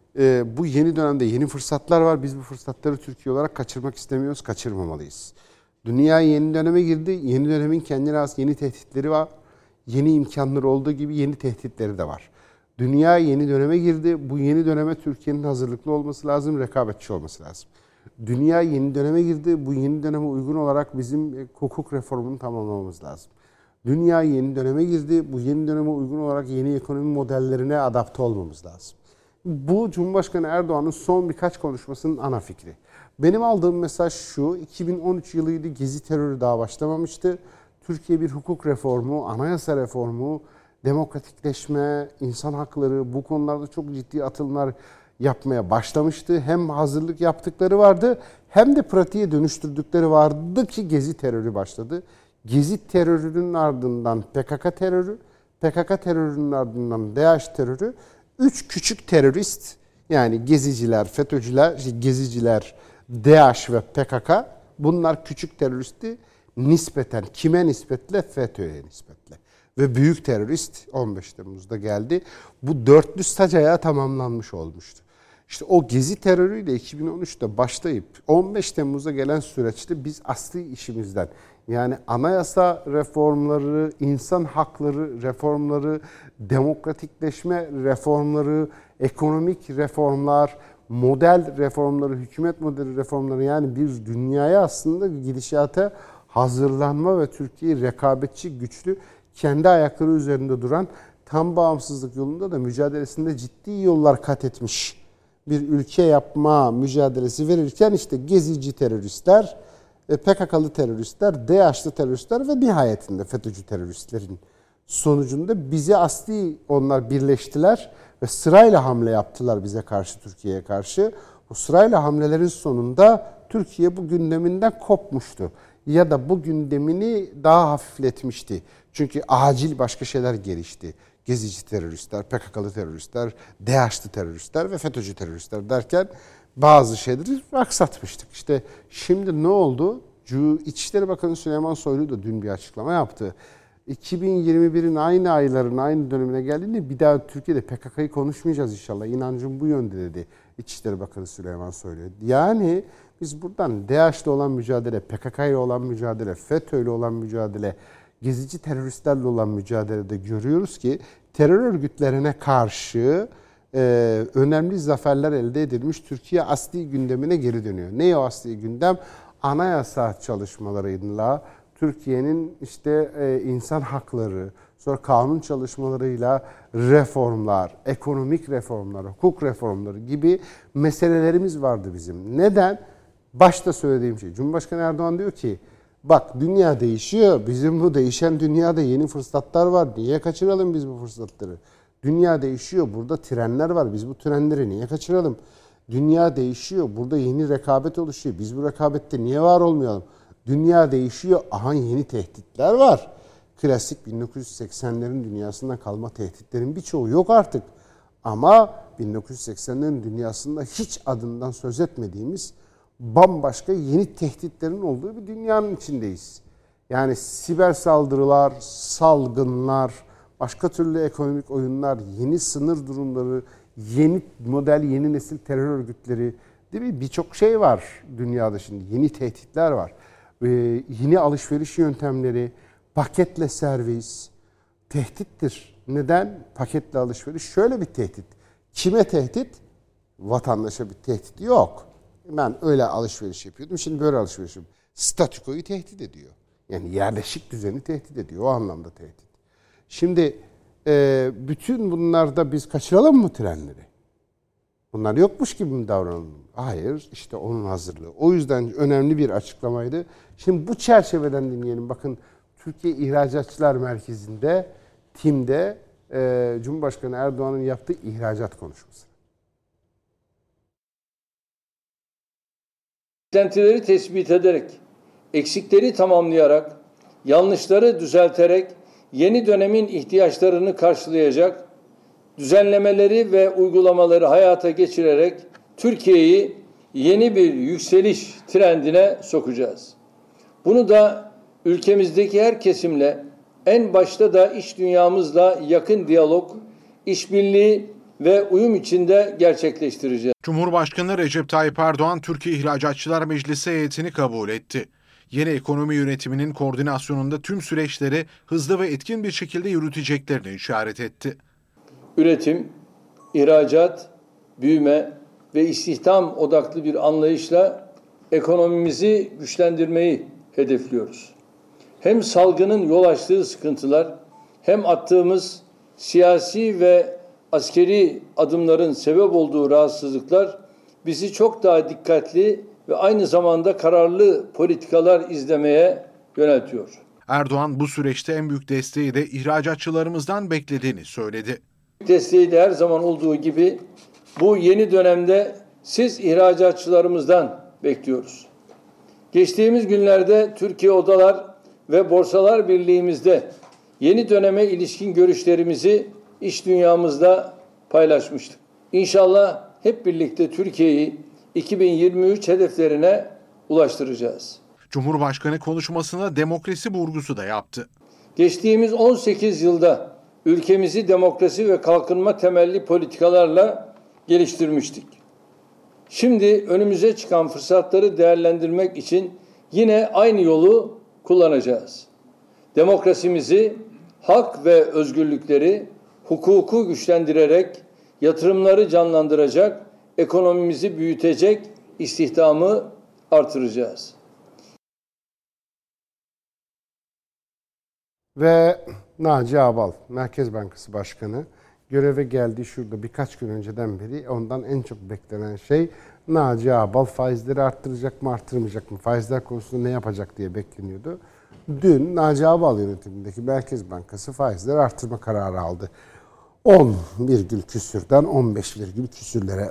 Bu yeni dönemde yeni fırsatlar var. Biz bu fırsatları Türkiye olarak kaçırmak istemiyoruz, kaçırmamalıyız. Dünya yeni döneme girdi. Yeni dönemin kendine has yeni tehditleri var. Yeni imkanları olduğu gibi yeni tehditleri de var. Dünya yeni döneme girdi. Bu yeni döneme Türkiye'nin hazırlıklı olması lazım, rekabetçi olması lazım. Dünya yeni döneme girdi. Bu yeni döneme uygun olarak bizim hukuk reformunu tamamlamamız lazım. Dünya yeni döneme girdi. Bu yeni döneme uygun olarak yeni ekonomi modellerine adapte olmamız lazım. Bu Cumhurbaşkanı Erdoğan'ın son birkaç konuşmasının ana fikri. Benim aldığım mesaj şu: 2013 yılıydı, Gezi terörü daha başlamamıştı. Türkiye bir hukuk reformu, anayasa reformu, demokratikleşme, insan hakları, bu konularda çok ciddi atılımlar yapmaya başlamıştı. Hem hazırlık yaptıkları vardı hem de pratiğe dönüştürdükleri vardı ki Gezi terörü başladı. Gezi terörünün ardından PKK terörü, PKK terörünün ardından DAEŞ terörü, 3 küçük terörist, yani geziciler, FETÖ'cüler, geziciler, DAEŞ ve PKK, bunlar küçük teröristi nispeten, kime nispetle? FETÖ'ye nispetle. Ve büyük terörist 15 Temmuz'da geldi. Bu dörtlü sac ayağı tamamlanmış olmuştu. İşte o Gezi terörüyle 2013'te başlayıp 15 Temmuz'a gelen süreçte biz asli işimizden, yani anayasa reformları, insan hakları reformları, demokratikleşme reformları, ekonomik reformlar, model reformları, hükümet modeli reformları, yani bir dünyaya aslında gidişata hazırlanma ve Türkiye'yi rekabetçi, güçlü, kendi ayakları üzerinde duran, tam bağımsızlık yolunda da mücadelesinde ciddi yollar kat etmiş bir ülke yapma mücadelesi verirken işte gezici teröristler, PKK'lı teröristler, DAEŞ'lı teröristler ve nihayetinde FETÖ'cü teröristlerin sonucunda bizi asli onlar birleştiler ve sırayla hamle yaptılar bize karşı, Türkiye'ye karşı. Bu sırayla hamlelerin sonunda Türkiye bu gündeminden kopmuştu. Ya da bu gündemini daha hafifletmişti. Çünkü acil başka şeyler gelişti. Gezici teröristler, PKK'lı teröristler, DAEŞ'li teröristler ve FETÖ'cü teröristler derken bazı şeyleri aksatmıştık. İşte şimdi ne oldu? İçişleri Bakanı Süleyman Soylu da dün bir açıklama yaptı. 2021'in aynı ayların aynı dönemine geldiğinde bir daha Türkiye'de PKK'yı konuşmayacağız inşallah. İnancım bu yönde dedi İçişleri Bakanı Süleyman Soylu. Yani biz buradan DAEŞ'le olan mücadele, PKK'yla olan mücadele, FETÖ'yle olan mücadele, gezici teröristlerle olan mücadelede görüyoruz ki terör örgütlerine karşı önemli zaferler elde edilmiş. Türkiye asli gündemine geri dönüyor. Ne o asli gündem? Anayasa çalışmalarıyla Türkiye'nin işte insan hakları, sonra kanun çalışmalarıyla reformlar, ekonomik reformlar, hukuk reformları gibi meselelerimiz vardı bizim. Neden? Başta söylediğim şey. Cumhurbaşkanı Erdoğan diyor ki, bak dünya değişiyor. Bizim bu değişen dünyada yeni fırsatlar var. Niye kaçıralım biz bu fırsatları? Dünya değişiyor. Burada trenler var. Biz bu trenleri niye kaçıralım? Dünya değişiyor. Burada yeni rekabet oluşuyor. Biz bu rekabette niye var olmayalım? Dünya değişiyor. Aha yeni tehditler var. Klasik 1980'lerin dünyasından kalma tehditlerin birçoğu yok artık. Ama 1980'lerin dünyasında hiç adından söz etmediğimiz bambaşka yeni tehditlerin olduğu bir dünyanın içindeyiz. Yani siber saldırılar, salgınlar, başka türlü ekonomik oyunlar, yeni sınır durumları, yeni model, yeni nesil terör örgütleri, değil mi? Birçok şey var dünyada şimdi. Yeni tehditler var. Yeni alışveriş yöntemleri, paketle servis tehdittir. Neden? Paketle alışveriş şöyle bir tehdit. Kime tehdit? Vatandaşa bir tehdit yok. Ben öyle alışveriş yapıyordum, şimdi böyle alışveriş yapıyorum. statükoyu tehdit ediyor. Yani yerleşik düzeni tehdit ediyor. O anlamda tehdit. Şimdi bütün bunlarda biz kaçıralım mı trenleri? Bunlar yokmuş gibi mi davranalım? Hayır, işte onun hazırlığı. O yüzden önemli bir açıklamaydı. Şimdi bu çerçeveden dinleyelim. Bakın Türkiye İhracatçılar Merkezi'nde, TİM'de Cumhurbaşkanı Erdoğan'ın yaptığı ihracat konuşması. Beklentileri tespit ederek, eksikleri tamamlayarak, yanlışları düzelterek, yeni dönemin ihtiyaçlarını karşılayacak, düzenlemeleri ve uygulamaları hayata geçirerek Türkiye'yi yeni bir yükseliş trendine sokacağız. Bunu da ülkemizdeki her kesimle, en başta da iş dünyamızla yakın diyalog, işbirliği ve uyum içinde gerçekleştireceğiz. Cumhurbaşkanı Recep Tayyip Erdoğan, Türkiye İhracatçılar Meclisi heyetini kabul etti. Yeni ekonomi yönetiminin koordinasyonunda tüm süreçleri hızlı ve etkin bir şekilde yürüteceklerini işaret etti. Üretim, ihracat, büyüme ve istihdam odaklı bir anlayışla ekonomimizi güçlendirmeyi hedefliyoruz. Hem salgının yol açtığı sıkıntılar, hem attığımız siyasi ve askeri adımların sebep olduğu rahatsızlıklar bizi çok daha dikkatli ve aynı zamanda kararlı politikalar izlemeye yöneltiyor. Erdoğan bu süreçte en büyük desteği de ihracatçılarımızdan beklediğini söyledi. Desteği de her zaman olduğu gibi bu yeni dönemde siz ihracatçılarımızdan bekliyoruz. Geçtiğimiz günlerde Türkiye Odalar ve Borsalar Birliği'mizde yeni döneme ilişkin görüşlerimizi iş dünyamızda paylaşmıştık. İnşallah hep birlikte Türkiye'yi 2023 hedeflerine ulaştıracağız. Cumhurbaşkanı konuşmasına demokrasi vurgusu da yaptı. Geçtiğimiz 18 yılda ülkemizi demokrasi ve kalkınma temelli politikalarla geliştirmiştik. Şimdi önümüze çıkan fırsatları değerlendirmek için yine aynı yolu kullanacağız. Demokrasimizi, hak ve özgürlükleri, hukuku güçlendirerek, yatırımları canlandıracak, ekonomimizi büyütecek, istihdamı artıracağız. Ve Naci Ağbal, Merkez Bankası Başkanı, göreve geldiği şurada birkaç gün önceden beri ondan en çok beklenen şey Naci Ağbal faizleri arttıracak mı artırmayacak mı, faizler konusunda ne yapacak diye bekleniyordu. Dün Naci Ağbal yönetimindeki Merkez Bankası faizleri artırma kararı aldı. 10 virgül küsürden 15 virgül küsürlere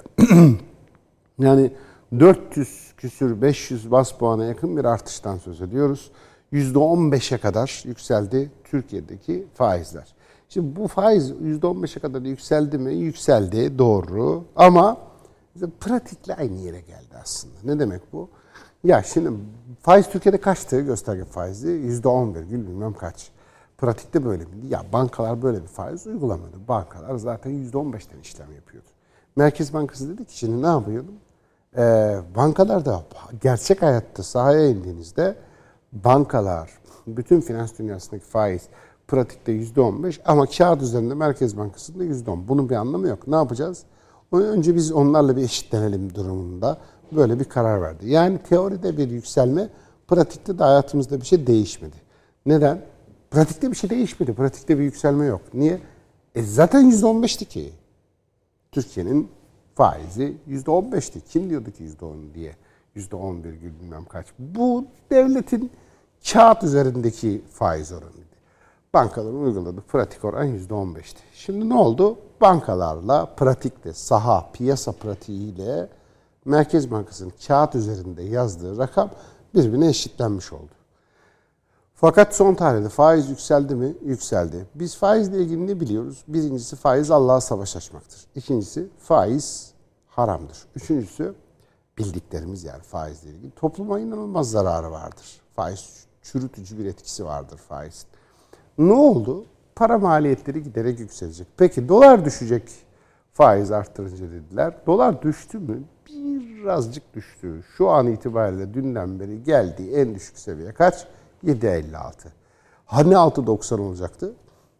yani 400 küsür 500 bas puana yakın bir artıştan söz ediyoruz. %15'e kadar yükseldi Türkiye'deki faizler. Şimdi bu faiz %15'e kadar yükseldi mi? Yükseldi, doğru. Ama pratikle aynı yere geldi aslında. Ne demek bu? Ya şimdi faiz Türkiye'de kaçtı gösterge faizi? %10 virgül bilmem kaç. Pratikte böyle miydi? Ya bankalar böyle bir faiz uygulamıyordu. Bankalar zaten %15'ten işlem yapıyordu. Merkez Bankası dedi ki şimdi ne yapıyordum? Bankalarda gerçek hayatta sahaya indiğinizde bankalar, bütün finans dünyasındaki faiz pratikte %15 ama kağıt üzerinde Merkez Bankası'nda %10. Bunun bir anlamı yok. Ne yapacağız? Önce biz onlarla bir eşitlenelim durumunda böyle bir karar verdi. Yani teoride bir yükselme, pratikte de hayatımızda bir şey değişmedi. Neden? Pratikte bir şey değişmedi. Pratikte bir yükselme yok. Niye? Zaten %15'ti ki. Türkiye'nin faizi %15'ti. Kim diyordu ki %10 diye? %10 virgül bilmem kaç. Bu devletin kağıt üzerindeki faiz oranıydı. Bankaların uyguladığı pratik oran %15'ti. Şimdi ne oldu? Bankalarla pratikte, saha, piyasa pratiğiyle Merkez Bankası'nın kağıt üzerinde yazdığı rakam birbirine eşitlenmiş oldu. Fakat son tarihte faiz yükseldi mi? Yükseldi. Biz faizle ilgili ne biliyoruz? Birincisi faiz Allah'a savaş açmaktır. İkincisi faiz haramdır. Üçüncüsü bildiklerimiz yani faizle ilgili. Topluma inanılmaz zararı vardır. Faiz çürütücü bir etkisi vardır faizin. Ne oldu? Para maliyetleri giderek yükselecek. Peki dolar düşecek faiz arttırınca dediler. Dolar düştü mü? Birazcık düştü. Şu an itibariyle dünden beri geldiği en düşük seviye kaç? 7.56. Hani 6.90 olacaktı?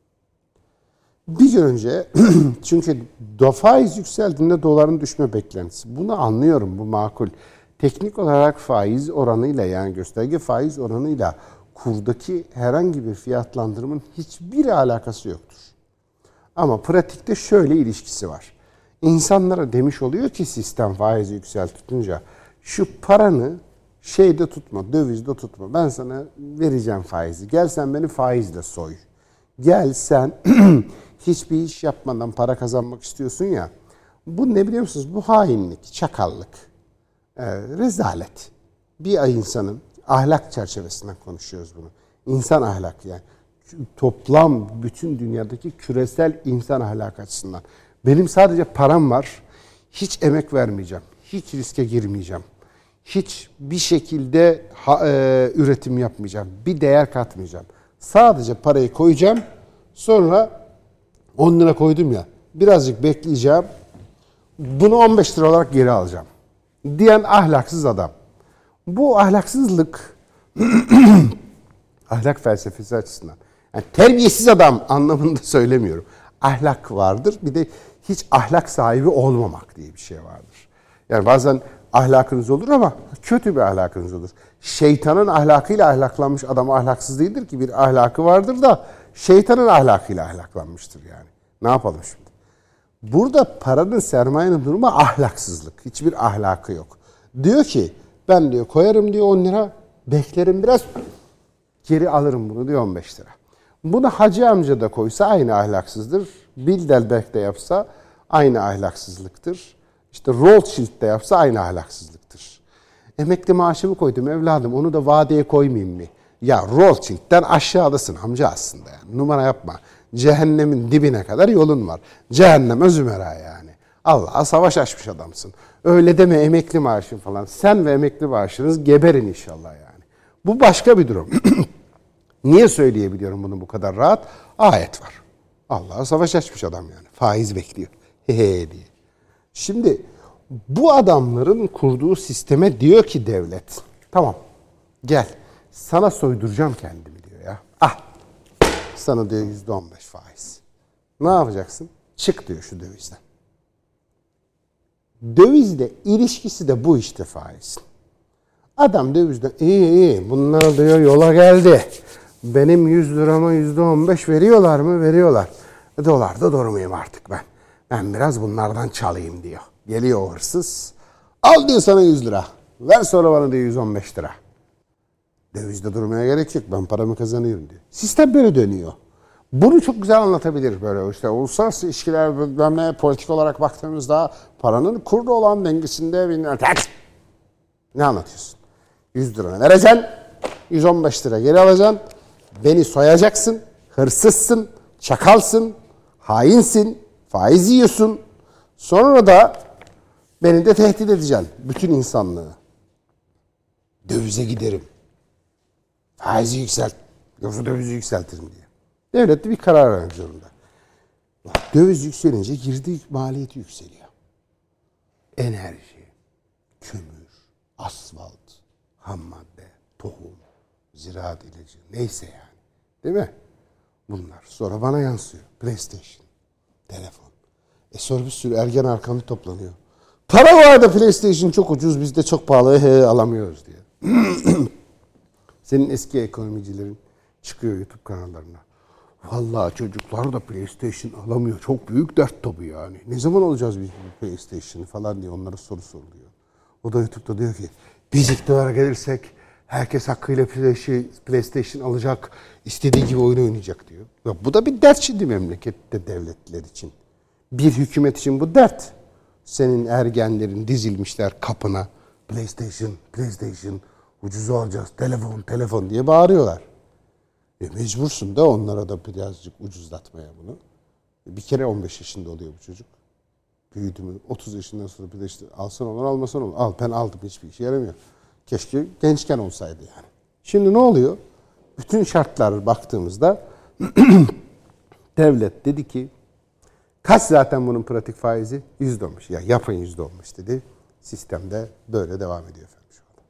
Bir gün önce çünkü faiz yükseldiğinde doların düşme beklentisi. Bunu anlıyorum, bu makul. teknik olarak faiz oranıyla, yani gösterge faiz oranıyla kurdaki herhangi bir fiyatlandırmanın hiçbir alakası yoktur. Ama pratikte şöyle ilişkisi var. İnsanlara demiş oluyor ki sistem faizi yükseltince şu paranı şeyde tutma, dövizde tutma. Ben sana vereceğim faizi. Gel sen beni faizle soy. Gel sen hiçbir iş yapmadan para kazanmak istiyorsun ya. Bu ne biliyor musunuz? Bu hainlik, çakallık, rezalet. Bir insanın ahlak çerçevesinden konuşuyoruz bunu. İnsan ahlakı yani. Toplam bütün dünyadaki küresel insan ahlakı açısından. Benim sadece param var. Hiç emek vermeyeceğim. Hiç riske girmeyeceğim. Hiç bir şekilde üretim yapmayacağım. Bir değer katmayacağım. Sadece parayı koyacağım. Sonra 10 lira koydum ya. Birazcık bekleyeceğim. Bunu 15 lira olarak geri alacağım. Diyen ahlaksız adam. Bu ahlaksızlık ahlak felsefesi açısından. Yani terbiyesiz adam anlamında söylemiyorum. Ahlak vardır. Bir de hiç ahlak sahibi olmamak diye bir şey vardır. Yani bazen ahlakınız olur ama kötü bir ahlakınız olur. Şeytanın ahlakıyla ahlaklanmış adam ahlaksız değildir ki. Bir ahlakı vardır da şeytanın ahlakıyla ahlaklanmıştır yani. Ne yapalım şimdi? Burada paranın, sermayenin durumu ahlaksızlık. Hiçbir ahlakı yok. Diyor ki ben diyor koyarım diyor 10 lira, beklerim biraz, geri alırım bunu diyor 15 lira. Bunu Hacı amca da koysa aynı ahlaksızdır. Bilderberg de yapsa aynı ahlaksızlıktır. İşte Rothschild de yapsa aynı ahlaksızlıktır. Emekli maaşımı koydum evladım, onu da vadeye koymayayım mı? Ya Rothschild'den aşağıdasın amca aslında yani. Numara yapma. Cehennemin dibine kadar yolun var. Cehennem özümera yani. Allah'a savaş açmış adamsın. Öyle deme emekli maaşın falan. Sen ve emekli maaşınız geberin inşallah yani. Bu başka bir durum. Niye söyleyebiliyorum bunu bu kadar rahat? Ayet var. Allah'a savaş açmış adam yani. Faiz bekliyor. He diye. Şimdi bu adamların kurduğu sisteme diyor ki devlet, tamam gel sana soyduracağım kendimi diyor ya. Ah sana diyor %15 faiz. Ne yapacaksın? Çık diyor şu dövizden. Dövizle ilişkisi de bu işte faiz. Adam dövizden iyi bunlar diyor yola geldi. Benim 100 lirama %15 veriyorlar mı? Veriyorlar. Dolarda durmayayım artık ben. Ben biraz bunlardan çalayım diyor. Geliyor o hırsız. Al diyor sana 100 lira. Ver sonra bana diyor 115 lira. Dövizde durmaya gerek yok. Ben paramı kazanıyorum diyor. Sistem böyle dönüyor. Bunu çok güzel anlatabilir böyle. İşte uluslararası ilişkiler bilmem ne, politik olarak baktığımızda paranın kurda olan dengesinde bilmem ne anlatıyorsun? 100 lira vereceksin. 115 lira geri alacaksın. Beni soyacaksın. Hırsızsın. Çakalsın. Hainsin. Faiz yiyorsun. Sonra da beni de tehdit edeceksin. Bütün insanlığı. Dövize giderim. Faizi yükselt. Yoksa dövizi yükseltirim diye. Devlet de bir karar vermek zorunda. Döviz yükselince girdi maliyeti yükseliyor. Enerji, kömür, asfalt, ham madde, tohum, ziraat ilacı neyse yani. Değil mi? Bunlar. Sonra bana yansıyor. PlayStation, telefon. Sonra bir sürü ergen arkamı toplanıyor. Para var da PlayStation çok ucuz, biz de çok pahalı alamıyoruz diye. Senin eski ekonomicilerin çıkıyor YouTube kanallarına. Vallahi çocuklar da PlayStation alamıyor. Çok büyük dert tabii yani. Ne zaman alacağız biz bu PlayStation'ı falan diye onlara soru soruluyor. O da YouTube'da diyor ki biz iktidara gelirsek herkes hakkıyla PlayStation alacak, istediği gibi oyun oynayacak diyor. Ya bu da bir dert şimdi memlekette devletler için. Bir hükümet için bu dert. Senin ergenlerin dizilmişler kapına. PlayStation, ucuzu alacağız, telefon diye bağırıyorlar. Mecbursun da onlara da birazcık ucuzlatmaya bunu. Bir kere 15 yaşında oluyor bu çocuk. Büyüdü mü 30 yaşından sonra bir de işte alsan olur almasan olur. Al ben aldım hiçbir işe yaramıyor. Keşke gençken olsaydı yani. Şimdi ne oluyor? Bütün şartlar baktığımızda devlet dedi ki kaç zaten bunun pratik faizi? %15. Ya yapın %15 dedi. Sistemde böyle devam ediyor efendim şu anda.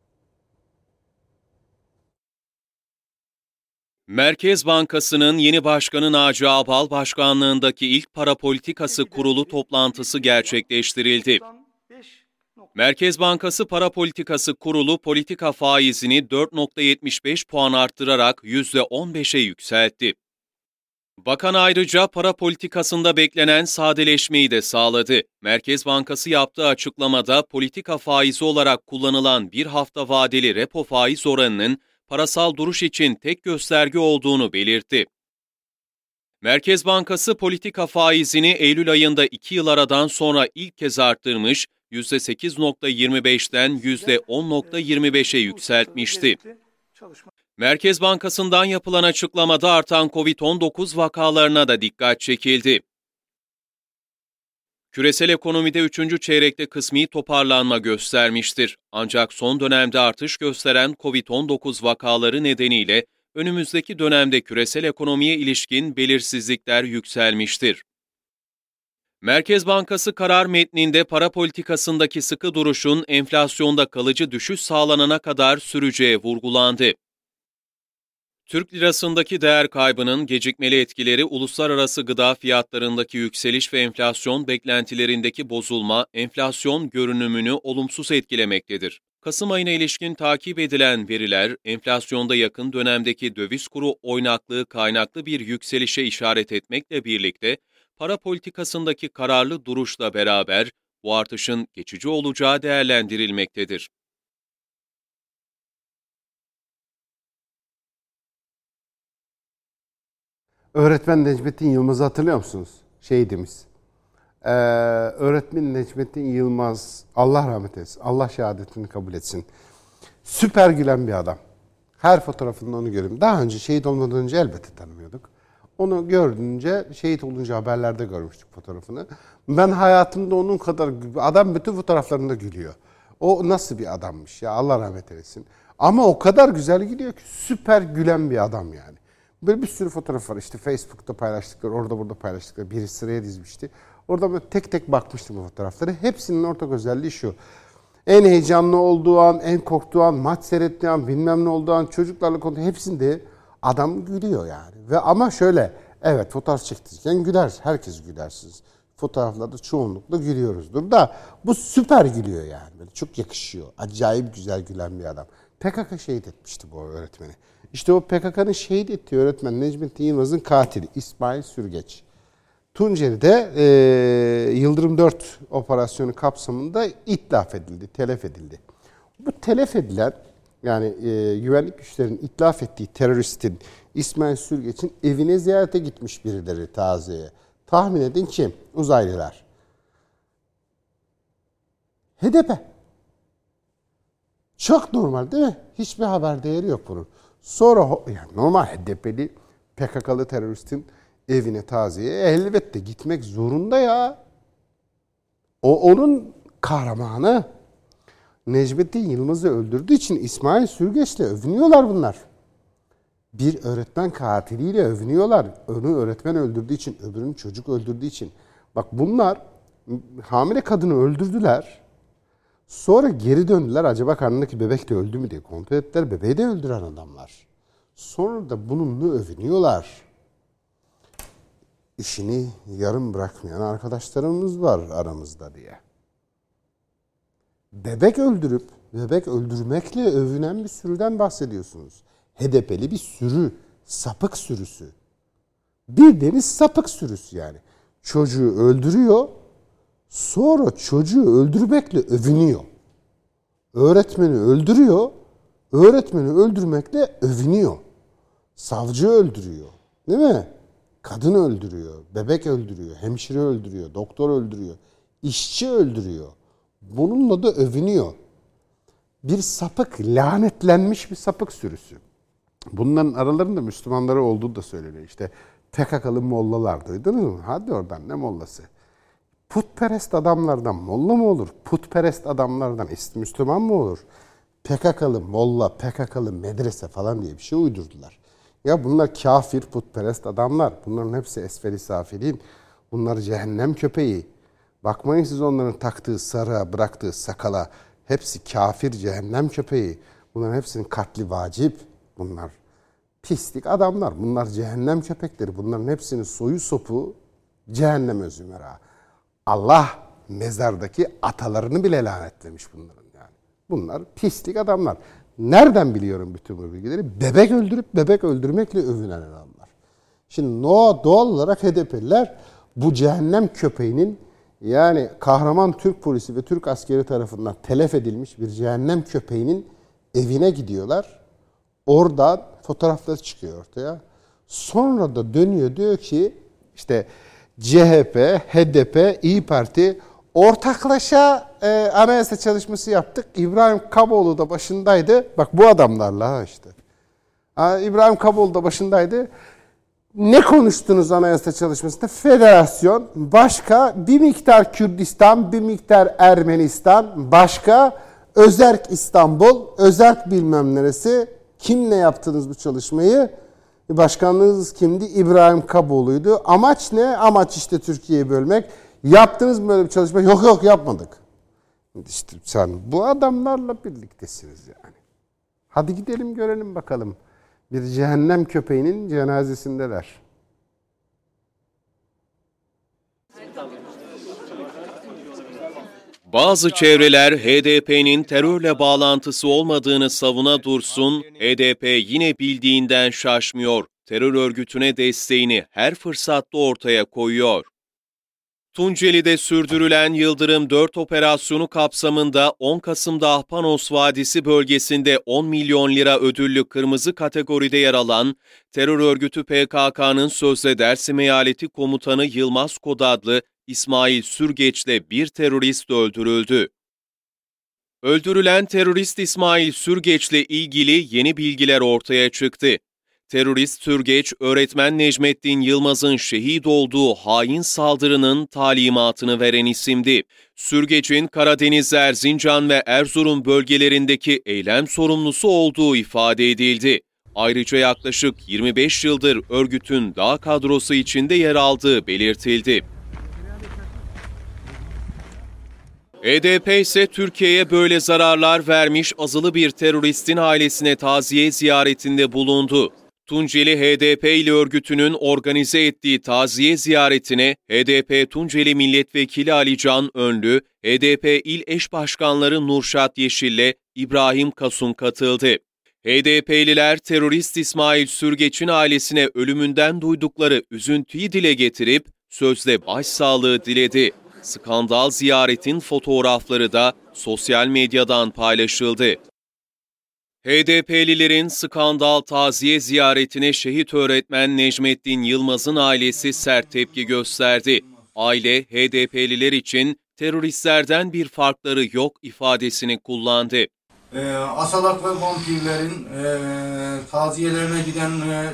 Merkez Bankası'nın yeni başkanı Naci Ağbal başkanlığındaki ilk para politikası kurulu toplantısı gerçekleştirildi. Merkez Bankası Para Politikası Kurulu politika faizini 4,75 puan arttırarak %15'e yükseltti. Bakan ayrıca para politikasında beklenen sadeleşmeyi de sağladı. Merkez Bankası yaptığı açıklamada politika faizi olarak kullanılan bir hafta vadeli repo faiz oranının parasal duruş için tek gösterge olduğunu belirtti. Merkez Bankası politika faizini Eylül ayında 2 yıl aradan sonra ilk kez arttırmış, %8,25'ten %10,25'e yükseltmişti. Merkez Bankası'ndan yapılan açıklamada artan COVID-19 vakalarına da dikkat çekildi. Küresel ekonomide 3. çeyrekte kısmi toparlanma göstermiştir. Ancak son dönemde artış gösteren COVID-19 vakaları nedeniyle önümüzdeki dönemde küresel ekonomiye ilişkin belirsizlikler yükselmiştir. Merkez Bankası karar metninde para politikasındaki sıkı duruşun enflasyonda kalıcı düşüş sağlanana kadar süreceği vurgulandı. Türk lirasındaki değer kaybının gecikmeli etkileri uluslararası gıda fiyatlarındaki yükseliş ve enflasyon beklentilerindeki bozulma, enflasyon görünümünü olumsuz etkilemektedir. Kasım ayına ilişkin takip edilen veriler, enflasyonda yakın dönemdeki döviz kuru oynaklığı kaynaklı bir yükselişe işaret etmekle birlikte, para politikasındaki kararlı duruşla beraber bu artışın geçici olacağı değerlendirilmektedir. Öğretmen Necmettin Yılmaz'ı hatırlıyor musunuz? Şehidimiz. Öğretmen Necmettin Yılmaz, Allah rahmet eylesin, Allah şehadetini kabul etsin. Süper gülen bir adam. Her fotoğrafında onu görüyorum. Daha önce şehit olmadan önce elbette tanımıyorduk. Onu gördüğünce, şehit olunca haberlerde görmüştük fotoğrafını. Ben hayatımda onun kadar, adam bütün fotoğraflarında gülüyor. O nasıl bir adammış ya, Allah rahmet eylesin. Ama o kadar güzel gülüyor ki, süper gülen bir adam yani. Böyle bir sürü fotoğraf var. İşte Facebook'ta paylaştıkları, orada burada paylaştıkları. Biri sıraya dizmişti. Orada böyle tek tek bakmıştım bu fotoğraflara. Hepsinin ortak özelliği şu. En heyecanlı olduğu an, en korktuğu an, maç seyrettiği an, bilmem ne olduğu an, çocuklarla konuştuğu hepsinde adam gülüyor yani. Ve ama şöyle, evet fotoğraf çektirirken güler. Herkes gülersiniz. Fotoğraflarda çoğunlukla gülüyoruzdur da bu süper gülüyor yani. Böyle çok yakışıyor. Acayip güzel gülen bir adam. PKK şehit etmişti bu öğretmeni. İşte o PKK'nın şehit ettiği öğretmen Necmettin Yılmaz'ın katili İsmail Sürgeç. Tunceli'de Yıldırım 4 operasyonu kapsamında itlaf edildi, telef edildi. Bu telef edilen, yani güvenlik güçlerinin itlaf ettiği teröristin İsmail Sürgeç'in evine ziyarete gitmiş birileri taziyeye. Tahmin edin kim? Uzaylılar. HDP. Çok normal değil mi? Hiçbir haber değeri yok bunun. Sonra yani normal HDP'li PKK'lı teröristin evine taziye elbette gitmek zorunda ya. O onun kahramanı. Necmettin Yılmaz'ı öldürdüğü için İsmail Sürgeç'le övünüyorlar bunlar. Bir öğretmen katiliyle övünüyorlar. Onu öğretmen öldürdüğü için, öbürünü çocuk öldürdüğü için. Bak bunlar hamile kadını öldürdüler. Sonra geri döndüler. Acaba karnındaki bebek de öldü mü diye kontrol ettiler. Bebeği de öldüren adamlar. Sonra da bununla övünüyorlar. İşini yarım bırakmayan arkadaşlarımız var aramızda diye. Bebek öldürüp, bebek öldürmekle övünen bir sürüden bahsediyorsunuz. HDP'li bir sürü, sapık sürüsü. Bir deniz sapık sürüsü yani. Çocuğu öldürüyor, sonra çocuğu öldürmekle övünüyor. Öğretmeni öldürüyor, öğretmeni öldürmekle övünüyor. Savcı öldürüyor, değil mi? Kadın öldürüyor, bebek öldürüyor, hemşire öldürüyor, doktor öldürüyor, işçi öldürüyor. Bununla da övünüyor. Bir sapık, lanetlenmiş bir sapık sürüsü. Bunların aralarında Müslümanları olduğu da söyleniyor. İşte PKK'lı mollalar, duydunuz mu? Hadi oradan, ne mollası? Putperest adamlardan molla mı olur? Putperest adamlardan Müslüman mı olur? PKK'lı molla, PKK'lı medrese falan diye bir şey uydurdular. Ya bunlar kafir, putperest adamlar. Bunların hepsi esfel-i safilin. Bunlar cehennem köpeği. Bakmayın siz onların taktığı sarığa, bıraktığı sakala. Hepsi kafir, cehennem köpeği. Bunların hepsinin katli vacip. Bunlar pislik adamlar. Bunlar cehennem köpekleri. Bunların hepsinin soyu sopu cehenneme zümera. Allah mezardaki atalarını bile lanetlemiş bunların yani. Bunlar pislik adamlar. Nereden biliyorum bütün bu bilgileri? Bebek öldürüp bebek öldürmekle övünen adamlar. Şimdi doğal olarak HDP'liler bu cehennem köpeğinin, yani kahraman Türk polisi ve Türk askeri tarafından telef edilmiş bir cehennem köpeğinin evine gidiyorlar. Oradan fotoğrafları çıkıyor ortaya. Sonra da dönüyor, diyor ki işte CHP, HDP, İYİ Parti ortaklaşa anayasa çalışması yaptık. İbrahim Kaboğlu da başındaydı. Bak bu adamlarla işte. İbrahim Kaboğlu da başındaydı. Ne konuştunuz anayasa çalışmasında? Federasyon, başka bir miktar Kürdistan, bir miktar Ermenistan, başka özerk İstanbul, özerk bilmem neresi. Kimle yaptınız bu çalışmayı? Başkanlığınız kimdi? İbrahim Kaboğlu'ydu. Amaç ne? Amaç işte Türkiye'yi bölmek. Yaptınız mı böyle bir çalışma? Yok yapmadık. İşte sen bu adamlarla birliktesiniz yani. Hadi gidelim görelim bakalım. Bir cehennem köpeğinin cenazesindeler. Bazı çevreler HDP'nin terörle bağlantısı olmadığını savuna dursun, HDP yine bildiğinden şaşmıyor. Terör örgütüne desteğini her fırsatta ortaya koyuyor. Tunceli'de sürdürülen Yıldırım 4 operasyonu kapsamında 10 Kasım'da Ahpanos Vadisi bölgesinde 10 milyon lira ödüllü kırmızı kategoride yer alan terör örgütü PKK'nın sözde Dersim Eyaleti Komutanı Yılmaz Kod adlı İsmail Sürgeç'le bir terörist öldürüldü. Öldürülen terörist İsmail Sürgeç'le ilgili yeni bilgiler ortaya çıktı. Terörist Sürgeç, öğretmen Necmettin Yılmaz'ın şehit olduğu hain saldırının talimatını veren isimdi. Sürgeç'in Karadeniz, Erzincan ve Erzurum bölgelerindeki eylem sorumlusu olduğu ifade edildi. Ayrıca yaklaşık 25 yıldır örgütün dağ kadrosu içinde yer aldığı belirtildi. HDP ise Türkiye'ye böyle zararlar vermiş azılı bir teröristin ailesine taziye ziyaretinde bulundu. Tunceli HDP'li örgütünün organize ettiği taziye ziyaretine HDP Tunceli Milletvekili Ali Can Önlü, HDP İl Eş Başkanları Nurşat Yeşil'le İbrahim Kasun katıldı. HDP'liler terörist İsmail Sürgeç'in ailesine ölümünden duydukları üzüntüyü dile getirip sözde başsağlığı diledi. Skandal ziyaretin fotoğrafları da sosyal medyadan paylaşıldı. HDP'lilerin skandal taziye ziyaretine şehit öğretmen Necmettin Yılmaz'ın ailesi sert tepki gösterdi. Aile, HDP'liler için teröristlerden bir farkları yok ifadesini kullandı. Asalak ve vampirlerin taziyelerine giden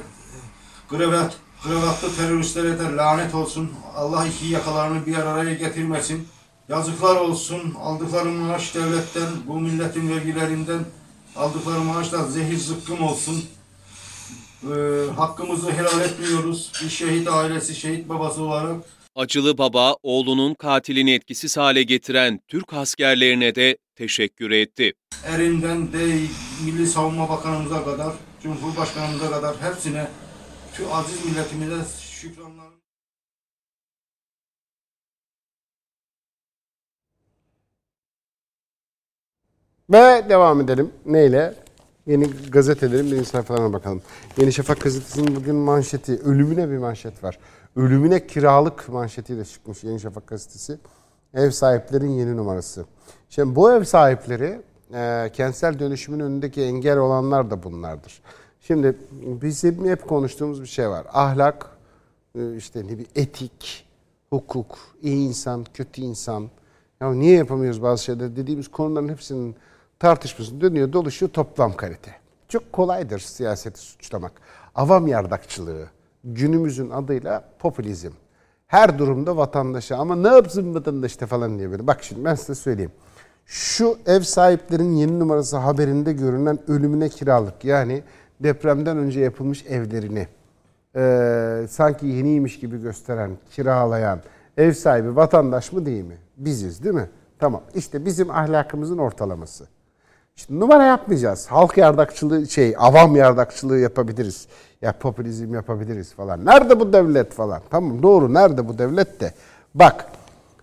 kravatlı teröristlere de lanet olsun. Allah iki yakalarını bir araya getirmesin. Yazıklar olsun. Aldıkları maaş devletten, bu milletin vergilerinden aldıkları maaşlar zehir zıkkım olsun. Hakkımızı helal etmiyoruz. Bir şehit ailesi, şehit babası olarak. Acılı baba, oğlunun katilini etkisiz hale getiren Türk askerlerine de teşekkür etti. Erinden de Milli Savunma Bakanımıza kadar, Cumhurbaşkanımıza kadar hepsine, şu aziz milletimize şükranlar. Ve devam edelim. Neyle? Yeni gazetelerin birinci sayfalarına bakalım. Yeni Şafak gazetesinin bugün manşeti, ölümüne bir manşet var. Ölümüne kiralık manşetiyle çıkmış Yeni Şafak gazetesi. Ev sahiplerin yeni numarası. Şimdi bu ev sahipleri kentsel dönüşümün önündeki engel olanlar da bunlardır. Şimdi bizim hep konuştuğumuz bir şey var. Ahlak, işte ne bir etik, hukuk, iyi insan, kötü insan. Ya niye yapamıyoruz bazı şeyler dediğimiz konuların hepsinin tartışması dönüyor, dolaşıyor toplam kalite. Çok kolaydır siyaseti suçlamak. Avam yardakçılığı, günümüzün adıyla popülizm. Her durumda vatandaşa ama ne yapsın vatandaş işte falan diye böyle. Bak şimdi ben size söyleyeyim. Şu ev sahiplerinin yeni numarası haberinde görünen ölümüne kiralık, yani depremden önce yapılmış evlerini sanki yeniymiş gibi gösteren, kiralayan ev sahibi vatandaş mı değil mi? Biziz değil mi? Tamam. İşte bizim ahlakımızın ortalaması. İşte numara yapmayacağız. Halk yardakçılığı, avam yardakçılığı yapabiliriz. Ya popülizm yapabiliriz falan. Nerede bu devlet falan? Tamam doğru, nerede bu devlet de? Bak,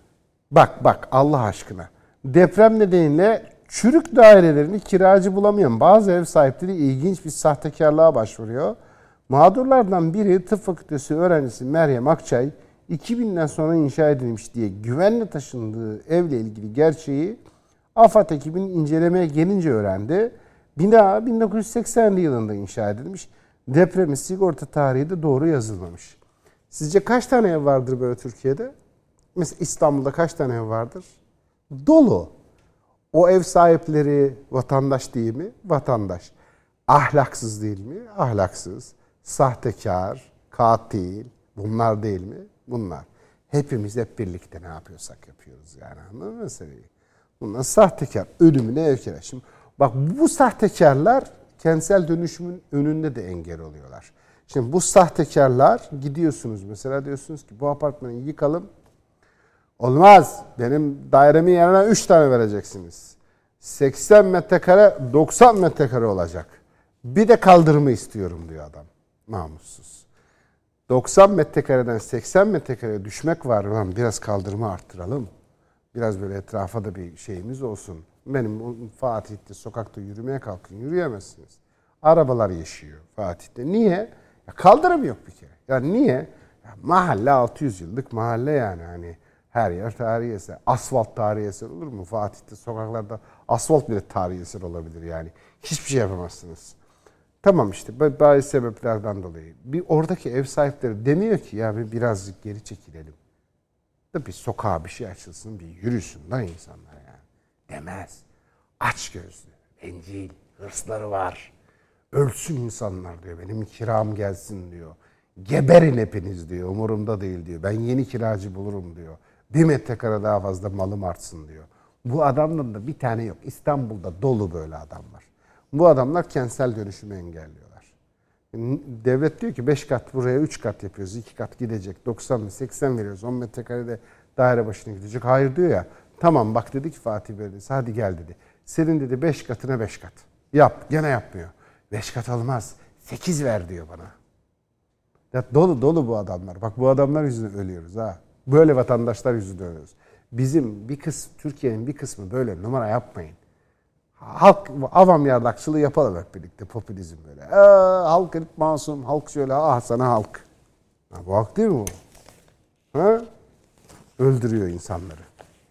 Bak Allah aşkına. Deprem nedeniyle çürük dairelerini kiracı bulamayan bazı ev sahipleri ilginç bir sahtekarlığa başvuruyor. Mağdurlardan biri tıp fakültesi öğrencisi Meryem Akçay, 2000'den sonra inşa edilmiş diye güvenle taşındığı evle ilgili gerçeği AFAD ekibinin incelemeye gelince öğrendi. Bina 1980'li yılında inşa edilmiş. Depremin sigorta tarihi de doğru yazılmamış. Sizce kaç tane ev vardır böyle Türkiye'de? Mesela İstanbul'da kaç tane ev vardır? Dolu. O ev sahipleri vatandaş değil mi? Vatandaş. Ahlaksız değil mi? Ahlaksız. Sahtekar, katil. Bunlar değil mi? Bunlar. Hepimiz hep birlikte ne yapıyorsak yapıyoruz yani. Anladın mı meseleyi? Bunlar sahtekar. Ölümüne evkere. Şimdi bak bu sahtekarlar kentsel dönüşümün önünde de engel oluyorlar. Şimdi bu sahtekarlar gidiyorsunuz mesela diyorsunuz ki bu apartmanı yıkalım. Olmaz. Benim dairemin yerine 3 tane vereceksiniz. 80 metrekare 90 metrekare olacak. Bir de kaldırımı istiyorum diyor adam. Namussuz. 90 metrekareden 80 metrekareye düşmek var. Lan biraz kaldırımı arttıralım. Biraz böyle etrafa da bir şeyimiz olsun. Benim Fatih'te sokakta yürümeye kalkın. Yürüyemezsiniz. Arabalar yaşıyor Fatih'te. Niye? Ya kaldırım yok bir kere. Ya niye? Ya mahalle 600 yıllık mahalle yani. Hani her yer tarihi eser. Asfalt tarihi eser olur mu? Fatih'te sokaklarda asfalt bile tarihi eser olabilir yani. Hiçbir şey yapamazsınız. Tamam işte bazı sebeplerden dolayı. Bir oradaki ev sahipleri demiyor ki ya birazcık geri çekilelim. Da bir sokağa bir şey açılsın, bir yürüsün lan insanlar yani. Demez. Aç gözlü, bencil, hırsları var. Ölsün insanlar diyor. Benim kiram gelsin diyor. Geberin hepiniz diyor. Umurumda değil diyor. Ben yeni kiracı bulurum diyor. 1 metrekare daha fazla malım artsın diyor. Bu adamdan da bir tane yok. İstanbul'da dolu böyle adamlar. Bu adamlar kentsel dönüşümü engelliyorlar. Devlet diyor ki 5 kat buraya 3 kat yapıyoruz. 2 kat gidecek. 90 mı 80 veriyoruz. 10 metrekarede daire başına gidecek. Hayır diyor ya. Tamam bak dedi ki Fatih Belediyesi hadi gel dedi. Senin dedi 5 katına 5 kat. Yap. Gene yapmıyor. 5 kat olmaz. 8 ver diyor bana. Ya dolu bu adamlar. Bak bu adamlar yüzünden ölüyoruz ha. Böyle vatandaşlar yüzünden ölüyoruz. Bizim Türkiye'nin bir kısmı böyle numara yapmayın. Halk avam yardakçılığı yapalım hep birlikte popülizm böyle. Halk hep masum, halk şöyle sana halk. Ha, bu halk değil mi bu? Ha? Öldürüyor insanları.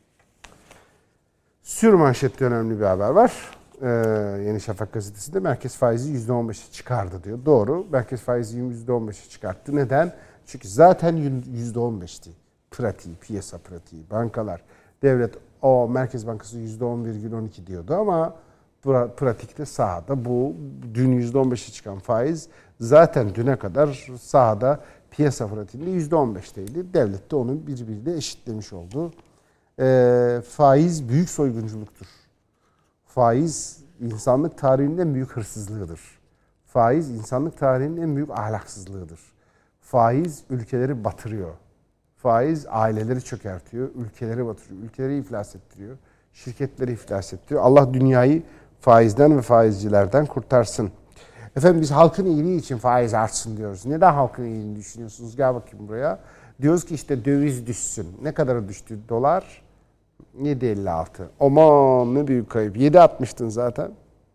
Sürmanşette önemli bir haber var. Yeni Şafak gazetesinde merkez faizi %15'e çıkardı diyor. Doğru. Merkez faizi %15'e çıkarttı. Neden? Çünkü zaten %15'ti. Pratiği, piyasa pratiği, bankalar. Devlet o Merkez Bankası %10,12 diyordu ama pratikte sahada bu dün %15'e çıkan faiz zaten düne kadar sahada piyasa pratiğinde %15'teydi. Devlet de onu birbiriyle eşitlemiş oldu. Faiz büyük soygunculuktur. Faiz insanlık tarihinin en büyük hırsızlığıdır. Faiz insanlık tarihinin en büyük ahlaksızlığıdır. Faiz ülkeleri batırıyor. Faiz aileleri çökertiyor, ülkeleri batırıyor, ülkeleri iflas ettiriyor, şirketleri iflas ettiriyor. Allah dünyayı faizden ve faizcilerden kurtarsın. Efendim biz halkın iyiliği için faiz artsın diyoruz. Neden halkın iyiliğini düşünüyorsunuz? Gel bakayım buraya. Diyoruz ki işte döviz düşsün. Ne kadar düştü dolar? 7.56. Aman ne büyük kayıp. 7.60'tın zaten.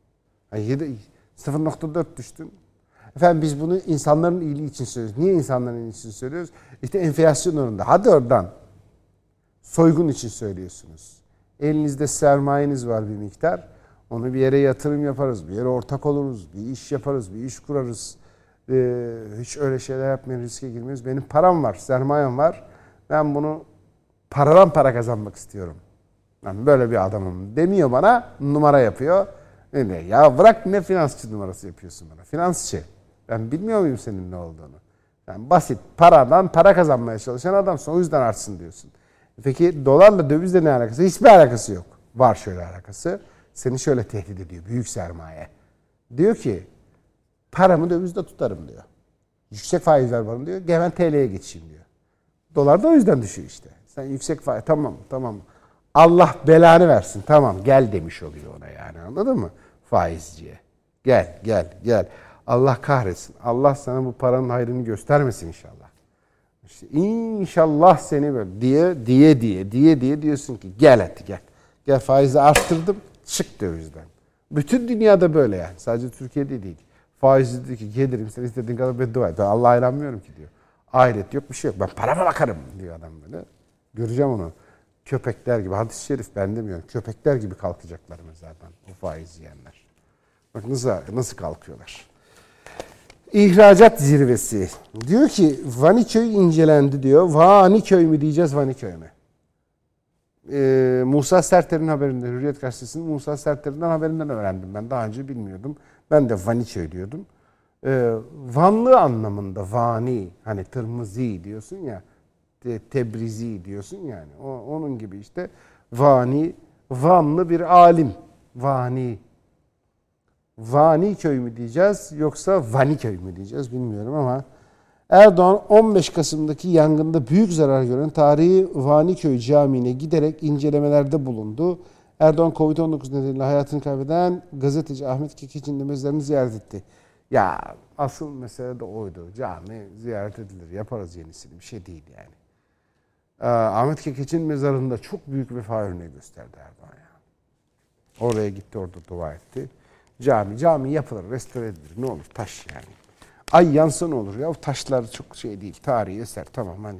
0.4 düştün. Efendim biz bunu insanların iyiliği için söylüyoruz. Niye insanların iyiliği için söylüyoruz? İşte enflasyon oranında. Hadi oradan. Soygun için söylüyorsunuz. Elinizde sermayeniz var bir miktar. Onu bir yere yatırım yaparız. Bir yere ortak oluruz. Bir iş yaparız. Bir iş kurarız. Hiç öyle şeyler yapmayın. Riske girmeyiz. Benim param var. Sermayem var. Ben bunu paradan para kazanmak istiyorum. Ben böyle bir adamım demiyor bana. Numara yapıyor. Ya bırak ne finansçı numarası yapıyorsun bana. Finansçı. Ben bilmiyor muyum senin ne olduğunu? Yani basit paradan para kazanmaya çalışan adamsın. O yüzden artsın diyorsun. Peki dolarla dövizle ne alakası? Hiçbir alakası yok. Var şöyle alakası. Seni şöyle tehdit ediyor. Büyük sermaye. Diyor ki paramı dövizde tutarım diyor. Yüksek faiz ver bana diyor. Hemen TL'ye geçeyim diyor. Dolar da o yüzden düşüyor işte. Sen yüksek faiz tamam. Allah belanı versin. Tamam gel demiş oluyor ona yani. Anladın mı? Faizciye. Gel. Allah kahretsin. Allah sana bu paranın hayrını göstermesin inşallah. İşte inşallah seni böyle diye diyorsun ki gel hadi gel. Gel faizi arttırdım çık dövizden. Bütün dünyada böyle yani. Sadece Türkiye'de değil. Faizi diyor ki gelirim sen istediğin kadar beddua et. Ben Allah'a inanmıyorum ki diyor. Ahiret yok bir şey yok. Ben parama bakarım diyor adam böyle. Göreceğim onu. Köpekler gibi. Hadis-i şerif ben demiyorum. Köpekler gibi kalkacaklar mezardan. O faiz yiyenler. Bak nasıl kalkıyorlar. İhracat zirvesi. Diyor ki Vaniköy incelendi diyor. Vaniköy mü diyeceğiz Vaniköy mü? Musa Serter'in haberinde, Hürriyet Gazetesi'nin Musa Serter'in haberinden öğrendim. Ben daha önce bilmiyordum. Ben de Vaniköy diyordum. Vanlı anlamında vani, hani Tırmızı diyorsun ya, Tebrizi diyorsun yani. Onun gibi işte vani, Vanlı bir alim. Vani. Vaniköy mü diyeceğiz yoksa Vaniköy mü diyeceğiz bilmiyorum ama Erdoğan 15 Kasım'daki yangında büyük zarar gören tarihi Vaniköy Camii'ne giderek incelemelerde bulundu. Erdoğan Covid-19 nedeniyle hayatını kaybeden gazeteci Ahmet Kekeç'in de mezarını ziyaret etti. Ya asıl mesele de oydu. Cami ziyaret edilir. Yaparız yenisini. Bir şey değil yani. Ahmet Kekeç'in mezarında çok büyük vefa örneği gösterdi Erdoğan ya. Oraya gitti, orada dua etti. Cami yapılır, restore edilir. Ne olur taş yani. Ay yansa ne olur ya? O taşlar çok şey değil. Tarihi eser tamam hani.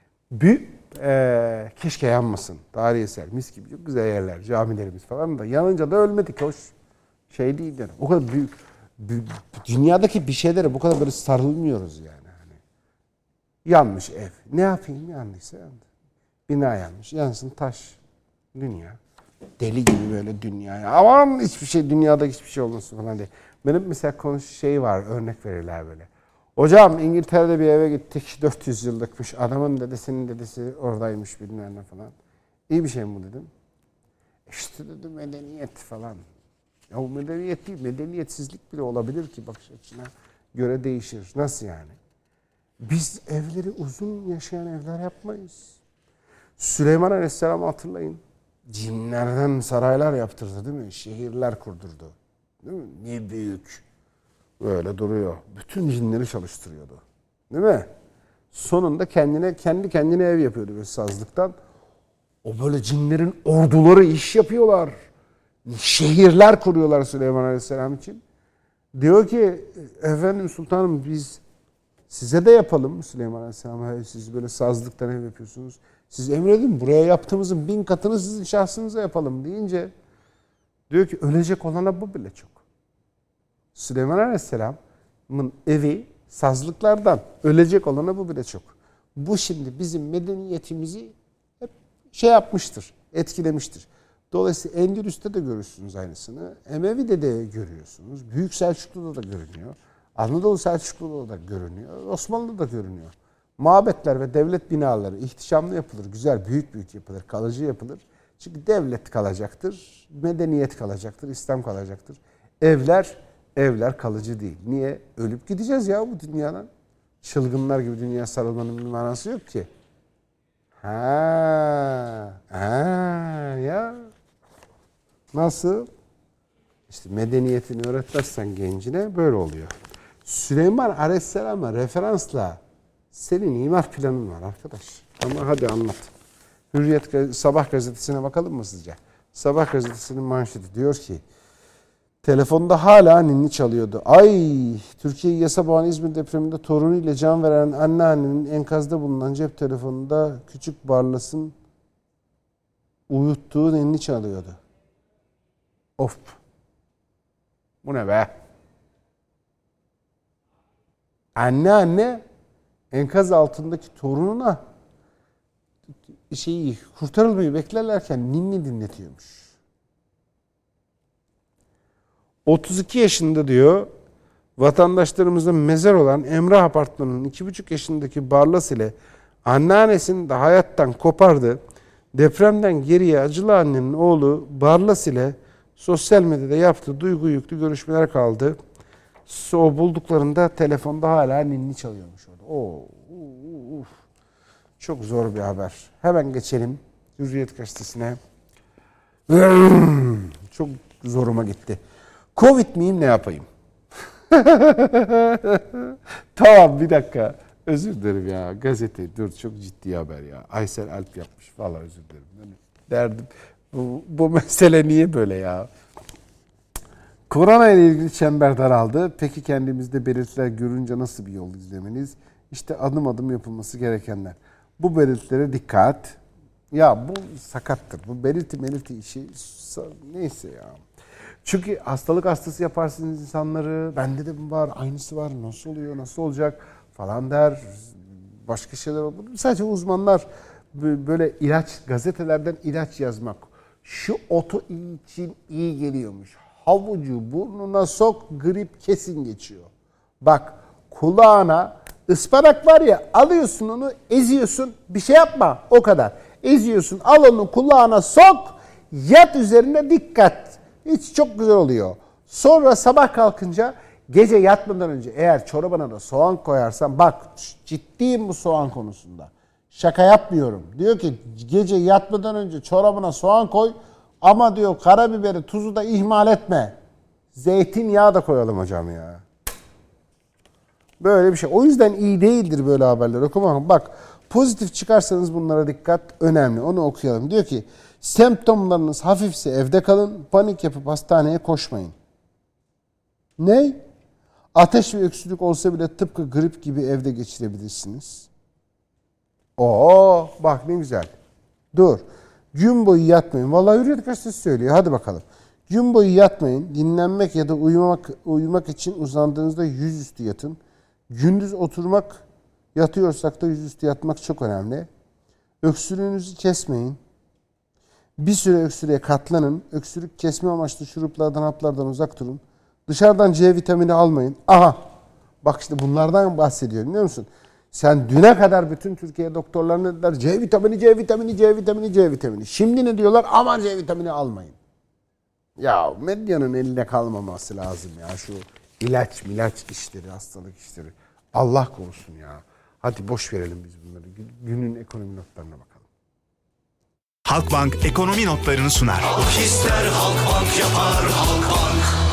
Keşke yanmasın. Tarihi eser mis gibi çok güzel yerler. Camilerimiz falan da. Yanınca da ölmedik. Hoş şey değil yani. O kadar büyük dünyadaki bir şeylere bu kadar böyle sarılmıyoruz yani. Hani yanmış ev. Ne yapayım yandıysa yandı. Bina yanmış. Yansın taş. Dünya. Deli gibi böyle dünyaya. Aman hiçbir şey dünyada hiçbir şey olmasın falan diye. Benim mesela var örnek verirler böyle. Hocam İngiltere'de bir eve gittik 400 yıllıkmış. Adamın dedesinin dedesi oradaymış bilmem ne falan. İyi bir şey mi bu dedim. İşte dedim medeniyet falan. Ya o medeniyet değil, medeniyetsizlik bile olabilir ki bakış açısına göre değişir. Nasıl yani? Biz evleri uzun yaşayan evler yapmayız. Süleyman Aleyhisselam'ı hatırlayın. Cinlerden saraylar yaptırdı değil mi? Şehirler kurdurdu. Değil mi? Ne büyük. Böyle duruyor. Bütün cinleri çalıştırıyordu. Değil mi? Sonunda kendi kendine ev yapıyordu böyle sazlıktan. O böyle cinlerin orduları iş yapıyorlar. Şehirler kuruyorlar Süleyman Aleyhisselam için. Diyor ki efendim sultanım biz size de yapalım Süleyman Aleyhisselam. Siz böyle sazlıktan ev yapıyorsunuz. Siz emredin buraya yaptığımızın 1000 katını sizin şahsınıza yapalım deyince diyor ki ölecek olana bu bile çok. Süleyman Aleyhisselam'ın evi sazlıklardan ölecek olana bu bile çok. Bu şimdi bizim medeniyetimizi hep şey yapmıştır, etkilemiştir. Dolayısıyla Endülüs'te de görürsünüz aynısını. Emevi'de de görüyorsunuz. Büyük Selçuklu'da da görünüyor. Anadolu Selçuklu'da da görünüyor. Osmanlı'da da görünüyor. Mabetler ve devlet binaları ihtişamlı yapılır, güzel, büyük yapılır, kalıcı yapılır. Çünkü devlet kalacaktır, medeniyet kalacaktır, İslam kalacaktır. Evler kalıcı değil. Niye? Ölüp gideceğiz ya bu dünyadan. Çılgınlar gibi dünya sarılmanın bir manası yok ki. Ya. Nasıl? İşte medeniyetini öğretmezsen gencine böyle oluyor. Süleyman Aleyhisselam'a referansla senin imar planın var arkadaş. Ama hadi anlat. Hürriyet Sabah gazetesine bakalım mı sizce? Sabah gazetesinin manşeti diyor ki telefonda hala ninni çalıyordu. Ay Türkiye'yi yasa boğan İzmir depreminde torunuyla can veren anneannenin enkazda bulunan cep telefonunda küçük Barlas'ın uyuttuğu ninni çalıyordu. Of. Bu ne be? Anne enkaz altındaki torununa kurtarılmayı beklerlerken ninni dinletiyormuş. 32 yaşında diyor vatandaşlarımızın mezar olan Emrah Apartmanı'nın 2,5 yaşındaki Barlas ile anneannesini de hayattan kopardı. Depremden geriye acılı annenin oğlu Barlas ile sosyal medyada yaptığı duygu yüklü görüşmeler kaldı. O bulduklarında telefonda hala ninni çalıyormuş orada. Çok zor bir haber. Hemen geçelim Hürriyet gazetesine. Çok zoruma gitti. Covid miyim ne yapayım? Tamam bir dakika. Özür dilerim ya. Gazete. Dur, çok ciddi haber ya. Aysel Alp yapmış. Vallahi özür dilerim. Yani derdim. Bu mesele niye böyle ya? Korona ile ilgili çember daraldı. Peki kendimizde belirtiler görünce nasıl bir yol izlemeliyiz? İşte adım adım yapılması gerekenler. Bu belirtilere dikkat. Ya bu sakattır. Bu belirti işi neyse ya. Çünkü hastalık hastası yaparsınız insanları. Bende de var, aynısı var. Nasıl oluyor, nasıl olacak falan der. Başka şeyler olur. Sadece uzmanlar böyle gazetelerden ilaç yazmak. Şu otu için iyi geliyormuş. Havucu burnuna sok, grip kesin geçiyor. Bak, kulağına ıspanak var ya, alıyorsun onu, eziyorsun, bir şey yapma, o kadar. Eziyorsun, al onu kulağına sok, yat üzerine, dikkat. Hiç çok güzel oluyor. Sonra sabah kalkınca, gece yatmadan önce eğer çorabına da soğan koyarsan, bak ciddiyim bu soğan konusunda. Şaka yapmıyorum. Diyor ki gece yatmadan önce çorabına soğan koy ama diyor karabiberi, tuzu da ihmal etme. Zeytinyağı da koyalım hocam ya. Böyle bir şey. O yüzden iyi değildir böyle haberler okumak. Bak, pozitif çıkarsanız bunlara dikkat önemli. Onu okuyalım. Diyor ki semptomlarınız hafifse evde kalın. Panik yapıp hastaneye koşmayın. Ne? Ateş ve öksürük olsa bile tıpkı grip gibi evde geçirebilirsiniz. Oo, bak ne güzel. Dur. Gün boyu yatmayın. Vallahi Hürriyet Gazetesi söylüyor. Hadi bakalım. Gün boyu yatmayın. Dinlenmek ya da uyumak için uzandığınızda yüzüstü yatın. Gündüz yatıyorsak da yüzüstü yatmak çok önemli. Öksürüğünüzü kesmeyin. Bir süre öksürüğe katlanın. Öksürük kesme amaçlı şuruplardan, haplardan uzak durun. Dışarıdan C vitamini almayın. Aha, bak işte bunlardan bahsediyorum, biliyor musun? Sen düne kadar bütün Türkiye doktorlarına dediler C vitamini, C vitamini, C vitamini, C vitamini. Şimdi ne diyorlar? Aman C vitamini almayın. Ya medyanın eline kalmaması lazım ya şu ilaç işleri, hastalık işleri. Allah korusun ya. Hadi boş verelim biz bunları. Günün ekonomi notlarına bakalım. Halkbank ekonomi notlarını sunar. Halk ister, Halkbank yapar, Halkbank.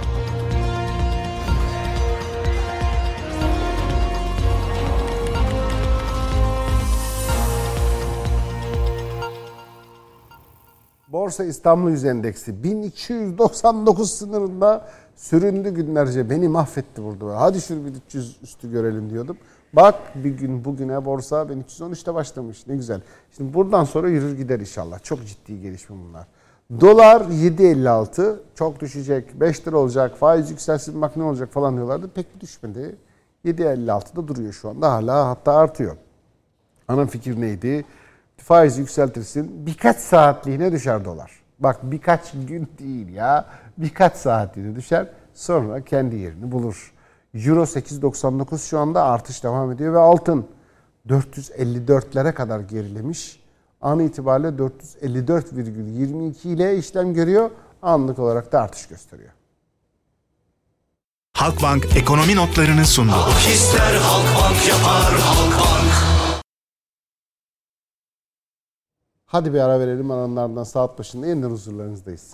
Borsa İstanbul Yüz Endeksi 1299 sınırında süründü günlerce. Beni mahvetti burada. Hadi şu 1300 üstü görelim diyordum. Bak bir gün bugüne borsa 1313'te başlamış. Ne güzel. Şimdi buradan sonra yürür gider inşallah. Çok ciddi gelişme bunlar. Dolar 7.56 çok düşecek. 5 lira olacak. Faiz yükselsin bak ne olacak falan diyorlardı. Pek düşmedi. 7.56'da duruyor şu anda. Hala hatta artıyor. Ana fikir neydi? Faiz yükseltirsin. Birkaç saatliğine düşer dolar. Bak birkaç gün değil ya. Birkaç saatliğine düşer. Sonra kendi yerini bulur. Euro 8.99 şu anda artış devam ediyor ve altın 454'lere kadar gerilemiş. An itibariyle 454,22 ile işlem görüyor. Anlık olarak da artış gösteriyor. Halkbank ekonomi notlarını sundu. Halk ister, Halkbank yapar, Halkbank. Hadi bir ara verelim. Aranlardan saat başında yeniden huzurlarınızdayız.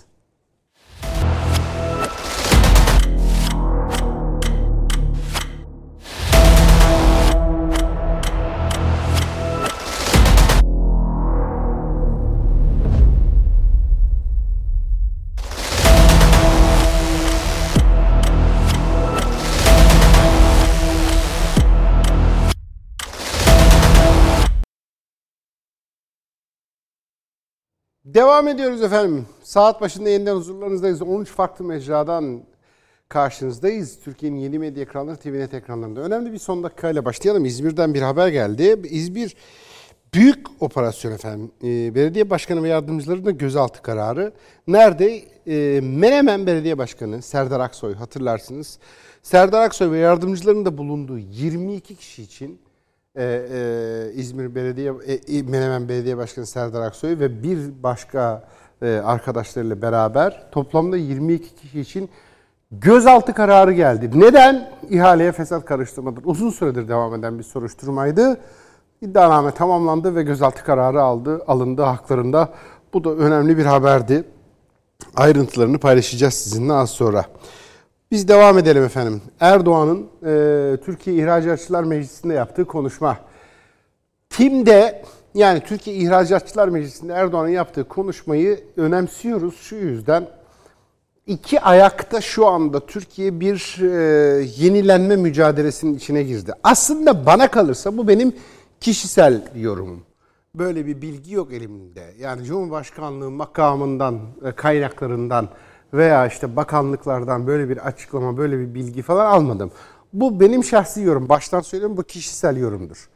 Devam ediyoruz efendim. Saat başında yeniden huzurlarınızdayız. 13 farklı mecradan karşınızdayız. Türkiye'nin yeni medya ekranları, TVNet ekranlarında. Önemli bir son dakikayla başlayalım. İzmir'den bir haber geldi. İzmir büyük operasyon efendim. Belediye başkanı ve yardımcılarının da gözaltı kararı. Nerede? Menemen Belediye Başkanı Serdar Aksoy, hatırlarsınız. Serdar Aksoy ve yardımcılarının da bulunduğu 22 kişi için İzmir Menemen Belediye Başkanı Serdar Aksoy ve bir başka arkadaşlarıyla beraber toplamda 22 kişi için gözaltı kararı geldi. Neden? İhaleye fesat karıştırmadır. Uzun süredir devam eden bir soruşturmaydı. İddianame tamamlandı ve gözaltı kararı alındı haklarında. Bu da önemli bir haberdi. Ayrıntılarını paylaşacağız sizinle az sonra. Biz devam edelim efendim. Erdoğan'ın Türkiye İhracatçılar Meclisi'nde yaptığı konuşma. TİM'de, yani Türkiye İhracatçılar Meclisi'nde Erdoğan'ın yaptığı konuşmayı önemsiyoruz şu yüzden. İki ayakta şu anda Türkiye bir yenilenme mücadelesinin içine girdi. Aslında bana kalırsa bu benim kişisel yorumum. Böyle bir bilgi yok elimde. Yani Cumhurbaşkanlığı makamından, kaynaklarından veya işte bakanlıklardan böyle bir açıklama, böyle bir bilgi falan almadım. Bu benim şahsi yorum. Baştan söylüyorum, bu kişisel yorumdur.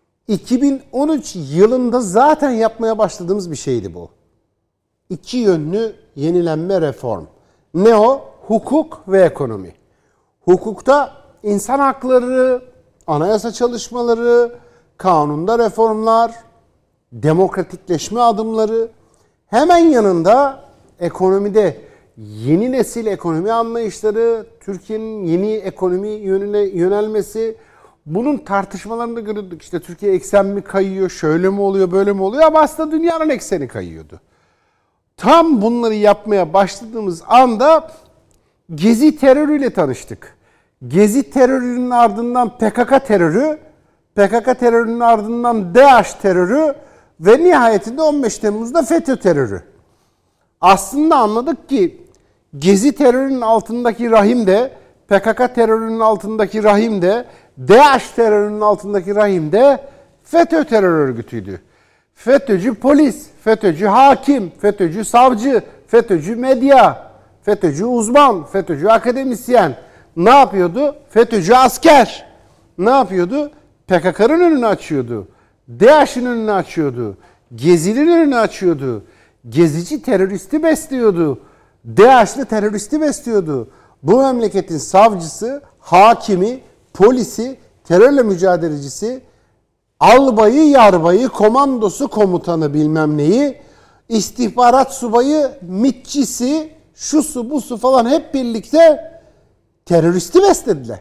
2013 yılında zaten yapmaya başladığımız bir şeydi bu. İki yönlü yenilenme reform. Ne o? Hukuk ve ekonomi. Hukukta insan hakları, anayasa çalışmaları, kanunda reformlar, demokratikleşme adımları. Hemen yanında ekonomide yeni nesil ekonomi anlayışları, Türkiye'nin yeni ekonomi yönüne yönelmesi. Bunun tartışmalarını görüyorduk. İşte Türkiye eksen mi kayıyor, şöyle mi oluyor, böyle mi oluyor, ama aslında dünyanın ekseni kayıyordu. Tam bunları yapmaya başladığımız anda Gezi terörüyle tanıştık. Gezi terörünün ardından PKK terörü, PKK terörünün ardından DAEŞ terörü ve nihayetinde 15 Temmuz'da FETÖ terörü. Aslında anladık ki Gezi terörünün altındaki rahim de, PKK terörünün altındaki rahim de, DAEŞ terörünün altındaki rahim de FETÖ terör örgütüydü. FETÖ'cü polis, FETÖ'cü hakim, FETÖ'cü savcı, FETÖ'cü medya, FETÖ'cü uzman, FETÖ'cü akademisyen. Ne yapıyordu? FETÖ'cü asker. Ne yapıyordu? PKK'nın önünü açıyordu. DAEŞ'in önünü açıyordu. Gezi'nin önünü açıyordu. Gezici teröristi besliyordu. DAEŞ'li teröristi besliyordu. Bu memleketin savcısı, hakimi, polisi, terörle mücadelecisi, albayı, yarbayı, komandosu, komutanı bilmem neyi, istihbarat subayı, MİT'çisi, şusu busu falan hep birlikte teröristi beslediler.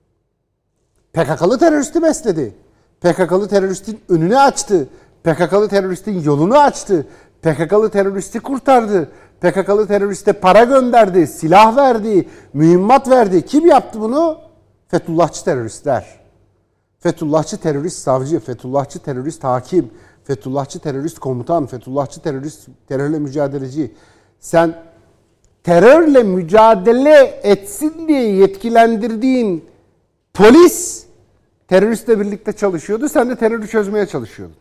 PKK'lı teröristi besledi. PKK'lı teröristin önünü açtı. PKK'lı teröristin yolunu açtı. PKK'lı teröristi kurtardı. PKK'lı teröriste para gönderdi, silah verdi, mühimmat verdi. Kim yaptı bunu? Fethullahçı teröristler. Fethullahçı terörist savcı, Fethullahçı terörist hakim, Fethullahçı terörist komutan, Fethullahçı terörist terörle mücadeleci. Sen terörle mücadele etsin diye yetkilendirdiğin polis teröristle birlikte çalışıyordu. Sen de terörü çözmeye çalışıyordun.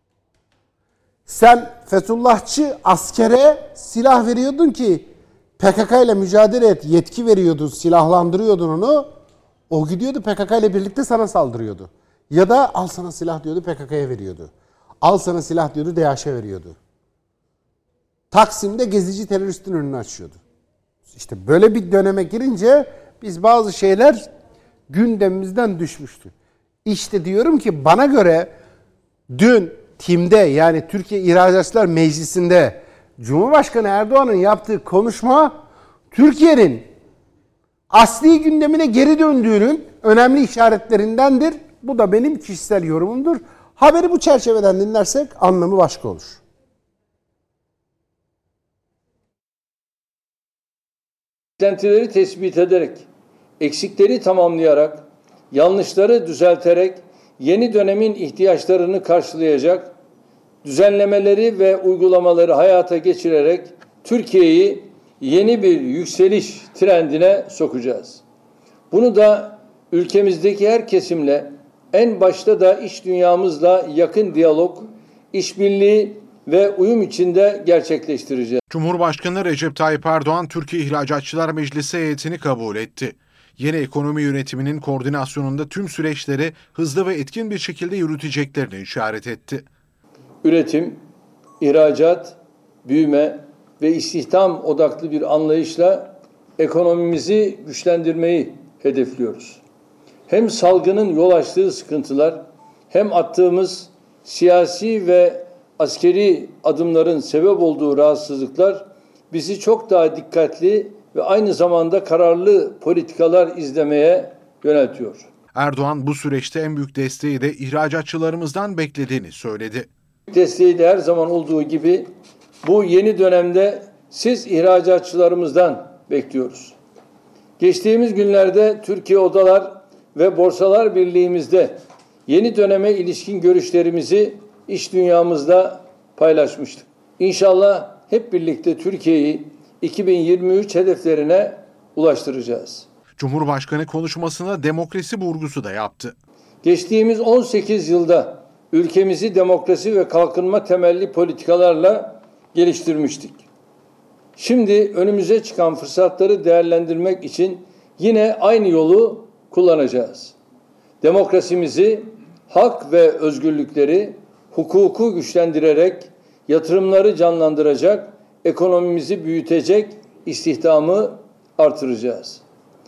Sen Fethullahçı askere silah veriyordun ki PKK ile mücadele et, yetki veriyordun, silahlandırıyordun onu. O gidiyordu PKK ile birlikte sana saldırıyordu. Ya da al sana silah diyordu, PKK'ya veriyordu. Al sana silah diyordu, DAEŞ'e veriyordu. Taksim'de gezici teröristin önünü açıyordu. İşte böyle bir döneme girince biz bazı şeyler gündemimizden düşmüştü. İşte diyorum ki bana göre dün TİM'de, yani Türkiye İhracatçılar Meclisi'nde Cumhurbaşkanı Erdoğan'ın yaptığı konuşma Türkiye'nin asli gündemine geri döndüğünün önemli işaretlerindendir. Bu da benim kişisel yorumumdur. Haberi bu çerçeveden dinlersek anlamı başka olur. Beklentileri tespit ederek, eksikleri tamamlayarak, yanlışları düzelterek, yeni dönemin ihtiyaçlarını karşılayacak düzenlemeleri ve uygulamaları hayata geçirerek Türkiye'yi yeni bir yükseliş trendine sokacağız. Bunu da ülkemizdeki her kesimle, en başta da iş dünyamızla yakın diyalog, işbirliği ve uyum içinde gerçekleştireceğiz. Cumhurbaşkanı Recep Tayyip Erdoğan, Türkiye İhracatçılar Meclisi heyetini kabul etti. Yeni ekonomi yönetiminin koordinasyonunda tüm süreçleri hızlı ve etkin bir şekilde yürüteceklerini işaret etti. Üretim, ihracat, büyüme ve istihdam odaklı bir anlayışla ekonomimizi güçlendirmeyi hedefliyoruz. Hem salgının yol açtığı sıkıntılar, hem attığımız siyasi ve askeri adımların sebep olduğu rahatsızlıklar bizi çok daha dikkatli ve aynı zamanda kararlı politikalar izlemeye yöneltiyor. Erdoğan bu süreçte en büyük desteği de ihracatçılarımızdan beklediğini söyledi. Desteği de her zaman olduğu gibi bu yeni dönemde siz ihracatçılarımızdan bekliyoruz. Geçtiğimiz günlerde Türkiye Odalar ve Borsalar Birliği'mizde yeni döneme ilişkin görüşlerimizi iş dünyamızda paylaşmıştık. İnşallah hep birlikte Türkiye'yi 2023 hedeflerine ulaştıracağız. Cumhurbaşkanı konuşmasında demokrasi vurgusu da yaptı. Geçtiğimiz 18 yılda ülkemizi demokrasi ve kalkınma temelli politikalarla geliştirmiştik. Şimdi önümüze çıkan fırsatları değerlendirmek için yine aynı yolu kullanacağız. Demokrasimizi, hak ve özgürlükleri, hukuku güçlendirerek, yatırımları canlandıracak, ekonomimizi büyütecek, istihdamı artıracağız.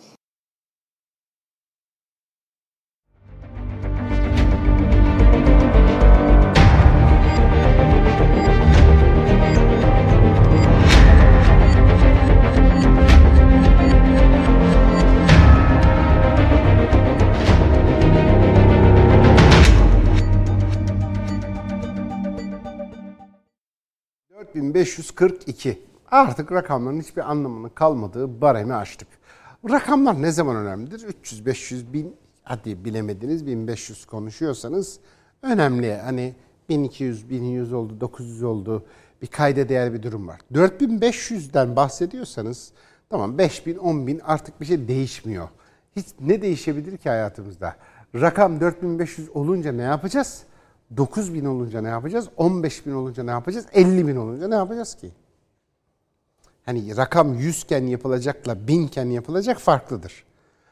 ...4542. Artık rakamların hiçbir anlamının kalmadığı baremi aştık. Rakamlar ne zaman önemlidir? 300, 500, 1000, hadi bilemediniz 1500 konuşuyorsanız önemli. Hani 1200, 1100 oldu, 900 oldu, bir kayda değer bir durum var. 4500'den bahsediyorsanız tamam 5000, 10.000 artık bir şey değişmiyor. Hiç ne değişebilir ki hayatımızda? Rakam 4500 olunca ne yapacağız? 9.000 olunca ne yapacağız? 15.000 olunca ne yapacağız? 50.000 olunca ne yapacağız ki? Hani rakam 100 iken yapılacakla 1000 iken yapılacak farklıdır.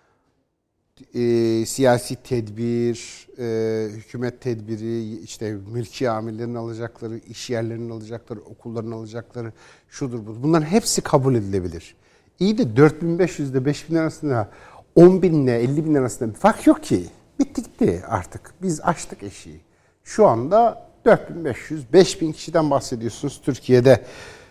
Siyasi tedbir, hükümet tedbiri, işte mülki amirlerin alacakları, iş yerlerinin alacakları, okulların alacakları, şudur budur. Bunların hepsi kabul edilebilir. İyi de 4500 ile 5000 arasında 10.000 ile 50.000 arasında bir fark yok ki. Bitti gitti artık. Biz aştık eşiği. Şu anda 4500, 5000 kişiden bahsediyorsunuz Türkiye'de.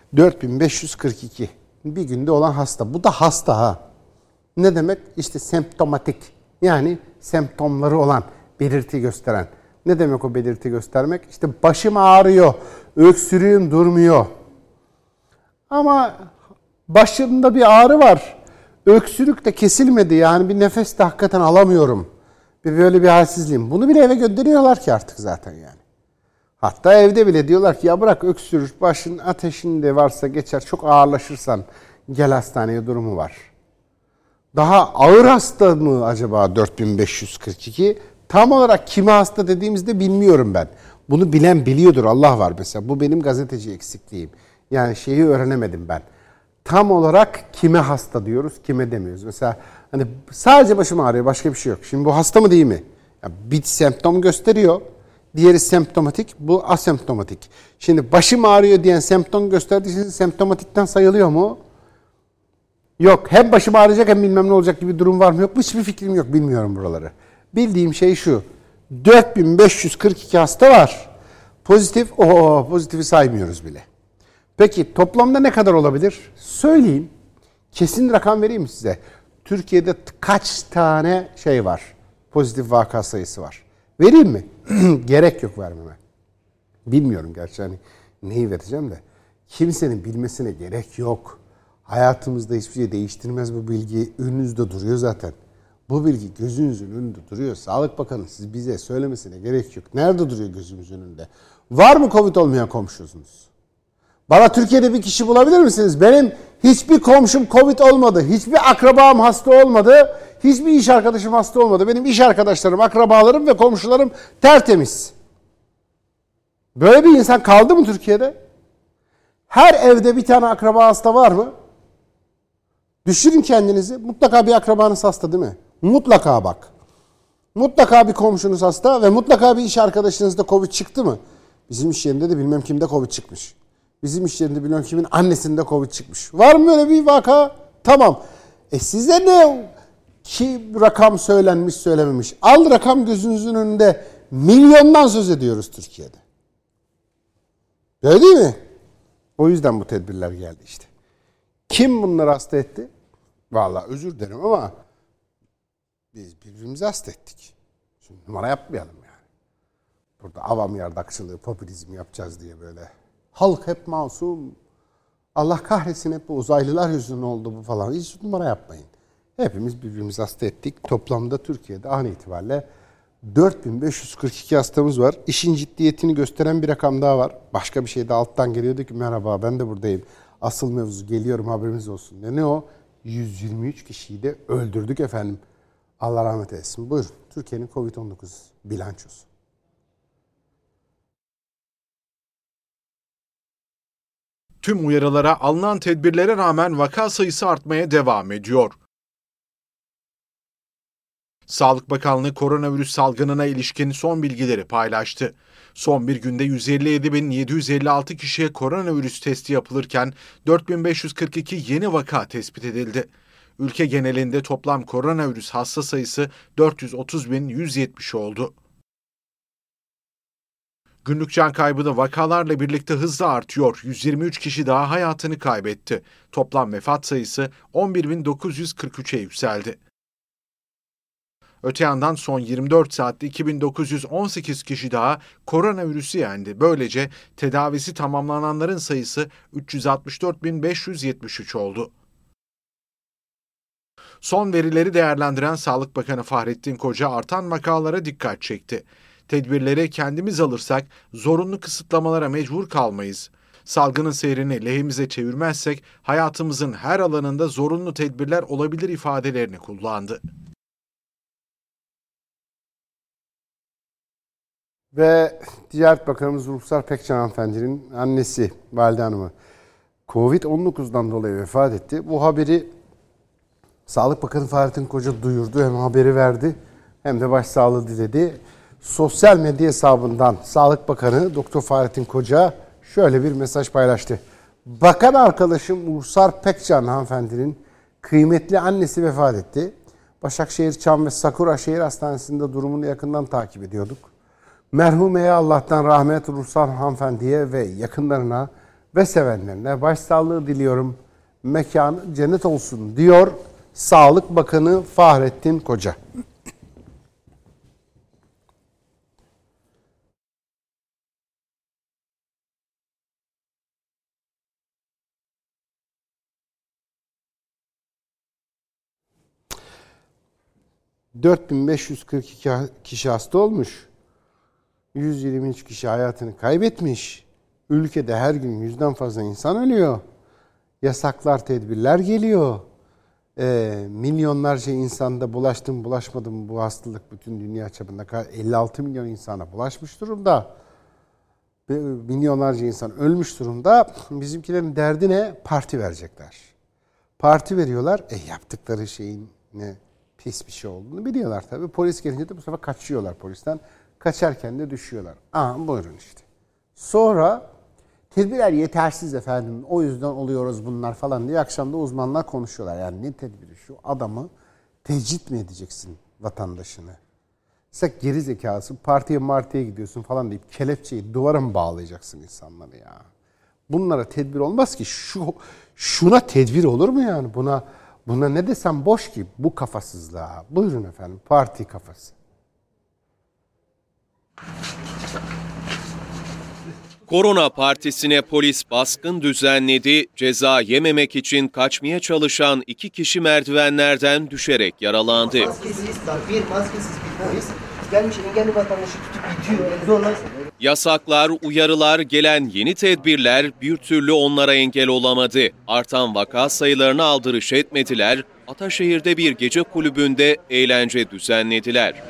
4542 bir günde olan hasta. Bu da hasta ha. Ne demek? İşte semptomatik. Yani semptomları olan, belirti gösteren. Ne demek o belirti göstermek? İşte başım ağrıyor, öksürüğüm durmuyor. Ama başımda bir ağrı var. Öksürük de kesilmedi. Yani bir nefes de hakikaten alamıyorum. Böyle bir halsizliğim. Bunu bile eve gönderiyorlar ki artık zaten yani. Hatta evde bile diyorlar ki ya bırak öksürür, başın ateşinde varsa geçer, çok ağırlaşırsan gel hastaneye durumu var. Daha ağır hasta mı acaba 4542? Tam olarak kime hasta dediğimizde bilmiyorum ben. Bunu bilen biliyordur, Allah var mesela. Bu benim gazeteci eksikliğim. Yani şeyi öğrenemedim ben. Tam olarak kime hasta diyoruz, kime demiyoruz. Mesela hani sadece başım ağrıyor, başka bir şey yok. Şimdi bu hasta mı değil mi? Ya bir semptom gösteriyor. Diğeri semptomatik, bu asemptomatik. Şimdi başım ağrıyor diyen semptom gösterdiği için semptomatikten sayılıyor mu? Yok. Hem başım ağrıyacak hem bilmem ne olacak gibi bir durum var mı? Yok. Hiçbir fikrim yok. Bilmiyorum buraları. Bildiğim şey şu. 4542 hasta var. Pozitif, pozitifi saymıyoruz bile. Peki toplamda ne kadar olabilir? Söyleyeyim. Kesin rakam vereyim mi size? Türkiye'de kaç tane şey var? Pozitif vaka sayısı var. Vereyim mi? Gerek yok vermeme. Bilmiyorum gerçi hani neyi vereceğim de. Kimsenin bilmesine gerek yok. Hayatımızda hiçbir şey değiştirmez bu bilgi. Önünüzde duruyor zaten. Bu bilgi gözünüzün önünde duruyor. Sağlık Bakanı siz bize söylemesine gerek yok. Nerede duruyor gözümüzün önünde? Var mı Covid olmayan komşusunuz? Bana Türkiye'de bir kişi bulabilir misiniz? Benim hiçbir komşum Covid olmadı. Hiçbir akrabam hasta olmadı. Hiçbir iş arkadaşım hasta olmadı. Benim iş arkadaşlarım, akrabalarım ve komşularım tertemiz. Böyle bir insan kaldı mı Türkiye'de? Her evde bir tane akraba hasta var mı? Düşünün kendinizi. Mutlaka bir akrabanız hasta değil mi? Mutlaka bak. Mutlaka bir komşunuz hasta ve mutlaka bir iş arkadaşınızda Covid çıktı mı? Bizim iş yerinde de bilmem kimde Covid çıkmış. Bizim iş yerinde bilmem kimin annesinde Covid çıkmış. Var mı öyle bir vaka? Tamam. Size ne ki rakam söylenmiş söylememiş? Al rakam gözünüzün önünde. Milyondan söz ediyoruz Türkiye'de. Öyle değil mi? O yüzden bu tedbirler geldi işte. Kim bunları hasta etti? Vallahi özür dilerim ama biz birbirimizi hasta ettik. Şimdi numara yapmayalım yani. Burada avam yardakçılığı, popülizm yapacağız diye böyle. Halk hep masum. Allah kahretsin hep bu uzaylılar yüzünden oldu bu falan. Hiç numara yapmayın. Hepimiz birbirimizi hasta ettik. Toplamda Türkiye'de an itibariyle 4542 hastamız var. İşin ciddiyetini gösteren bir rakam daha var. Başka bir şey de alttan geliyordu ki merhaba ben de buradayım. Asıl mevzu geliyorum haberiniz olsun. Ne o? 123 kişiyi de öldürdük efendim. Allah rahmet eylesin. Buyurun. Türkiye'nin Covid-19 bilançosu. Tüm uyarılara, alınan tedbirlere rağmen vaka sayısı artmaya devam ediyor. Sağlık Bakanlığı koronavirüs salgınına ilişkin son bilgileri paylaştı. Son bir günde 157.756 kişiye koronavirüs testi yapılırken 4.542 yeni vaka tespit edildi. Ülke genelinde toplam koronavirüs hasta sayısı 430.170 oldu. Günlük can kaybı da vakalarla birlikte hızla artıyor. 123 kişi daha hayatını kaybetti. Toplam vefat sayısı 11.943'e yükseldi. Öte yandan son 24 saatte 2918 kişi daha koronavirüsü yendi. Böylece tedavisi tamamlananların sayısı 364.573 oldu. Son verileri değerlendiren Sağlık Bakanı Fahrettin Koca artan vakalara dikkat çekti. Tedbirleri kendimiz alırsak zorunlu kısıtlamalara mecbur kalmayız. Salgının seyrini lehimize çevirmezsek hayatımızın her alanında zorunlu tedbirler olabilir ifadelerini kullandı. Ve Ticaret Bakanımız Ruhsar Pekcan hanımefendinin annesi Valide Hanım'ı Covid-19'dan dolayı vefat etti. Bu haberi Sağlık Bakanı Fahrettin Koca duyurdu. Hem haberi verdi hem de başsağlığı diledi. Sosyal medya hesabından Sağlık Bakanı Doktor Fahrettin Koca şöyle bir mesaj paylaştı. Bakan arkadaşım Ruhsar Pekcan hanımefendinin kıymetli annesi vefat etti. Başakşehir, Çam ve Sakura Şehir Hastanesi'nde durumunu yakından takip ediyorduk. Merhumeye Allah'tan rahmet, Ruhsar hanımefendiye ve yakınlarına ve sevenlerine başsağlığı diliyorum. Mekanı cennet olsun diyor Sağlık Bakanı Fahrettin Koca. ...4542 kişi hasta olmuş. 123 kişi hayatını kaybetmiş. Ülkede her gün 100'den fazla insan ölüyor. Yasaklar, tedbirler geliyor. Milyonlarca insanda bulaştı mı bulaşmadı mı bu hastalık bütün dünya çapında 56 milyon insana bulaşmış durumda. Milyonlarca insan ölmüş durumda. Bizimkilerin derdi ne? Parti verecekler. Parti veriyorlar. Yaptıkları şeyin ne pis bir şey olduğunu biliyorlar tabii. Polis gelince de bu sefer kaçıyorlar polisten. Kaçarken de düşüyorlar. Buyurun işte. Sonra tedbirler yetersiz efendim. O yüzden oluyoruz bunlar falan diye akşam da uzmanlar konuşuyorlar. Yani ne tedbiri? Şu adamı tecrit mi edeceksin vatandaşını? Sen geri zekasın, partiye gidiyorsun falan deyip kelepçeyi duvara mı bağlayacaksın insanları ya? Bunlara tedbir olmaz ki. Şuna tedbir olur mu yani? Buna ne desem boş ki bu kafasızlığa. Buyurun efendim, parti kafası. Korona partisine polis baskın düzenledi. Ceza yememek için kaçmaya çalışan 2 kişi merdivenlerden düşerek yaralandı. Maskesiz bir polis gelmiş engelli vatandaşı tutup itiyor. Zorla. Yasaklar, uyarılar, gelen yeni tedbirler bir türlü onlara engel olamadı. Artan vaka sayılarına aldırış etmediler. Ataşehir'de bir gece kulübünde eğlence düzenlediler.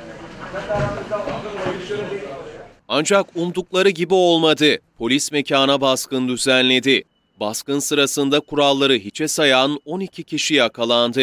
Ancak umdukları gibi olmadı. Polis mekana baskın düzenledi. Baskın sırasında kuralları hiçe sayan 12 kişi yakalandı.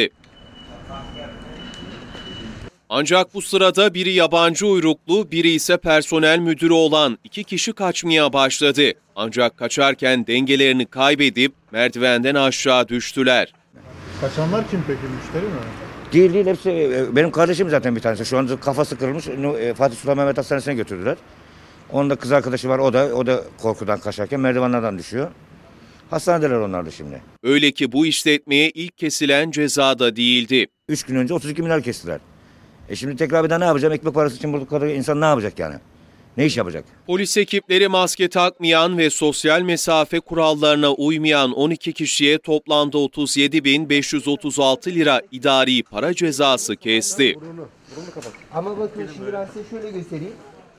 Ancak bu sırada biri yabancı uyruklu, biri ise personel müdürü olan 2 kişi kaçmaya başladı. Ancak kaçarken dengelerini kaybedip merdivenden aşağı düştüler. Kaçanlar kim peki, müşteri mi? Değil hepsi benim kardeşim zaten bir tanesi. Şu anda kafası kırılmış. Fatih Sultan Mehmet Hastanesi'ne götürdüler. Onun da kız arkadaşı var. O da korkudan kaçarken merdivenlerden düşüyor. Hastanedeler onlar da şimdi. Öyle ki bu işletmeye ilk kesilen ceza da değildi. 3 gün önce 32 milyar kestiler. Şimdi tekrar bir daha ne yapacağım? Ekmek parası için bu kadar insan ne yapacak yani? Ne iş yapacak? Polis ekipleri maske takmayan ve sosyal mesafe kurallarına uymayan 12 kişiye toplamda 37.536 lira idari para cezası kesti. Ama bakın şimdi ben size şöyle göstereyim.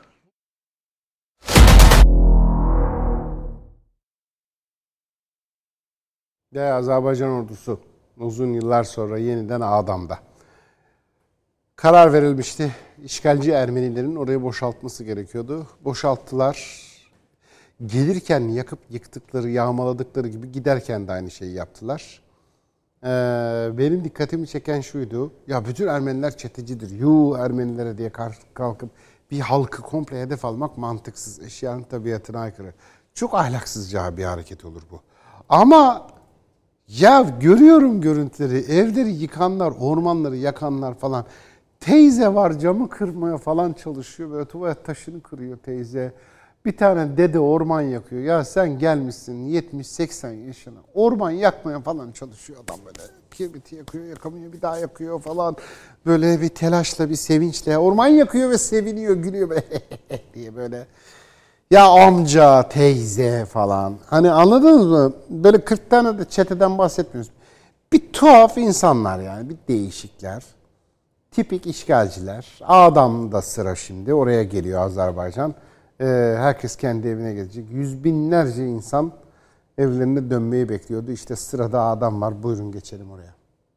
Ve Azerbaycan ordusu uzun yıllar sonra yeniden Ağdam'da. Karar verilmişti. İşgalci Ermenilerin orayı boşaltması gerekiyordu. Boşalttılar. Gelirken yakıp yıktıkları, yağmaladıkları gibi giderken de aynı şeyi yaptılar. Benim dikkatimi çeken şuydu. Ya bütün Ermeniler çetecidir. Ermenilere diye kalkıp bir halkı komple hedef almak mantıksız. Eşyanın tabiatına aykırı. Çok ahlaksızca bir hareket olur bu. Ama ya görüyorum görüntüleri. Evleri yıkanlar, ormanları yakanlar falan. Teyze var camı kırmaya falan çalışıyor. Böyle tuvalet taşını kırıyor teyze. Bir tane dede orman yakıyor. Ya sen gelmişsin 70-80 yaşına. Orman yakmaya falan çalışıyor adam böyle. Kibriti yakıyor, yakamıyor, bir daha yakıyor falan. Böyle bir telaşla, bir sevinçle. Orman yakıyor ve seviniyor, gülüyor böyle diye böyle. Ya amca, teyze falan. Hani anladınız mı? Böyle 40 tane de çeteden bahsetmiyoruz. Bir tuhaf insanlar yani, bir değişikler. Tipik işgalciler. Ağdam'da sıra şimdi. Oraya geliyor Azerbaycan. Herkes kendi evine gelecek. Yüz binlerce insan evlerine dönmeyi bekliyordu. İşte sırada Ağdam var. Buyurun geçelim oraya.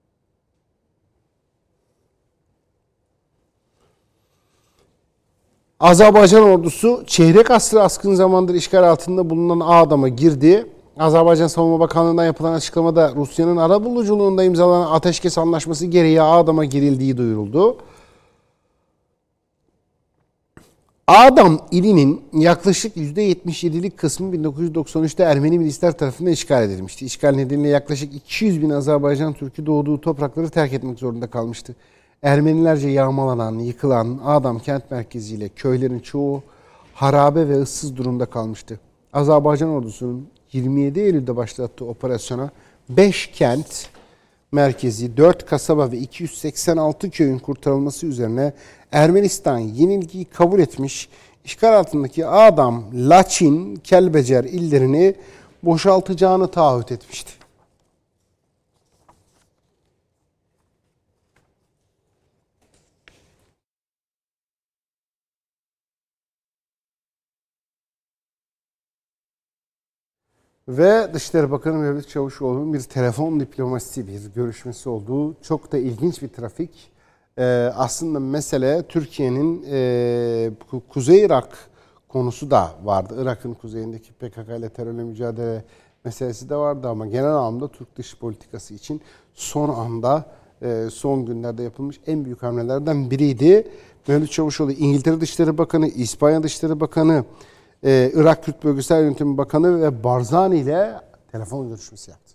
Azerbaycan ordusu çeyrek asrı askın zamandır işgal altında bulunan Ağdam'a girdi. Azerbaycan Savunma Bakanlığı'ndan yapılan açıklamada Rusya'nın arabuluculuğunda imzalanan ateşkes anlaşması gereği Ağdam'a girildiği duyuruldu. Ağdam ilinin yaklaşık %77'lik kısmı 1993'te Ermeni milisler tarafından işgal edilmişti. İşgal nedeniyle yaklaşık 200 bin Azerbaycan Türk'ü doğduğu toprakları terk etmek zorunda kalmıştı. Ermenilerce yağmalanan, yıkılan Ağdam kent merkeziyle köylerin çoğu harabe ve ıssız durumda kalmıştı. Azerbaycan ordusunun 27 Eylül'de başlattığı operasyona 5 kent merkezi, 4 kasaba ve 286 köyün kurtarılması üzerine Ermenistan yenilgiyi kabul etmiş, işgal altındaki Ağdam, Laçin, Kelbecer illerini boşaltacağını taahhüt etmişti. Ve Dışişleri Bakanı Mevlüt Çavuşoğlu'nun bir telefon diplomasisi, bir görüşmesi olduğu çok da ilginç bir trafik. Aslında mesele Türkiye'nin Kuzey Irak konusu da vardı. Irak'ın kuzeyindeki PKK ile terörle mücadele meselesi de vardı ama genel anlamda Türk dış politikası için son anda, son günlerde yapılmış en büyük hamlelerden biriydi. Mevlüt Çavuşoğlu İngiltere Dışişleri Bakanı, İspanya Dışişleri Bakanı, Irak Kürt Bölgesel Yönetimi Bakanı ve Barzani ile telefon görüşmesi yaptı.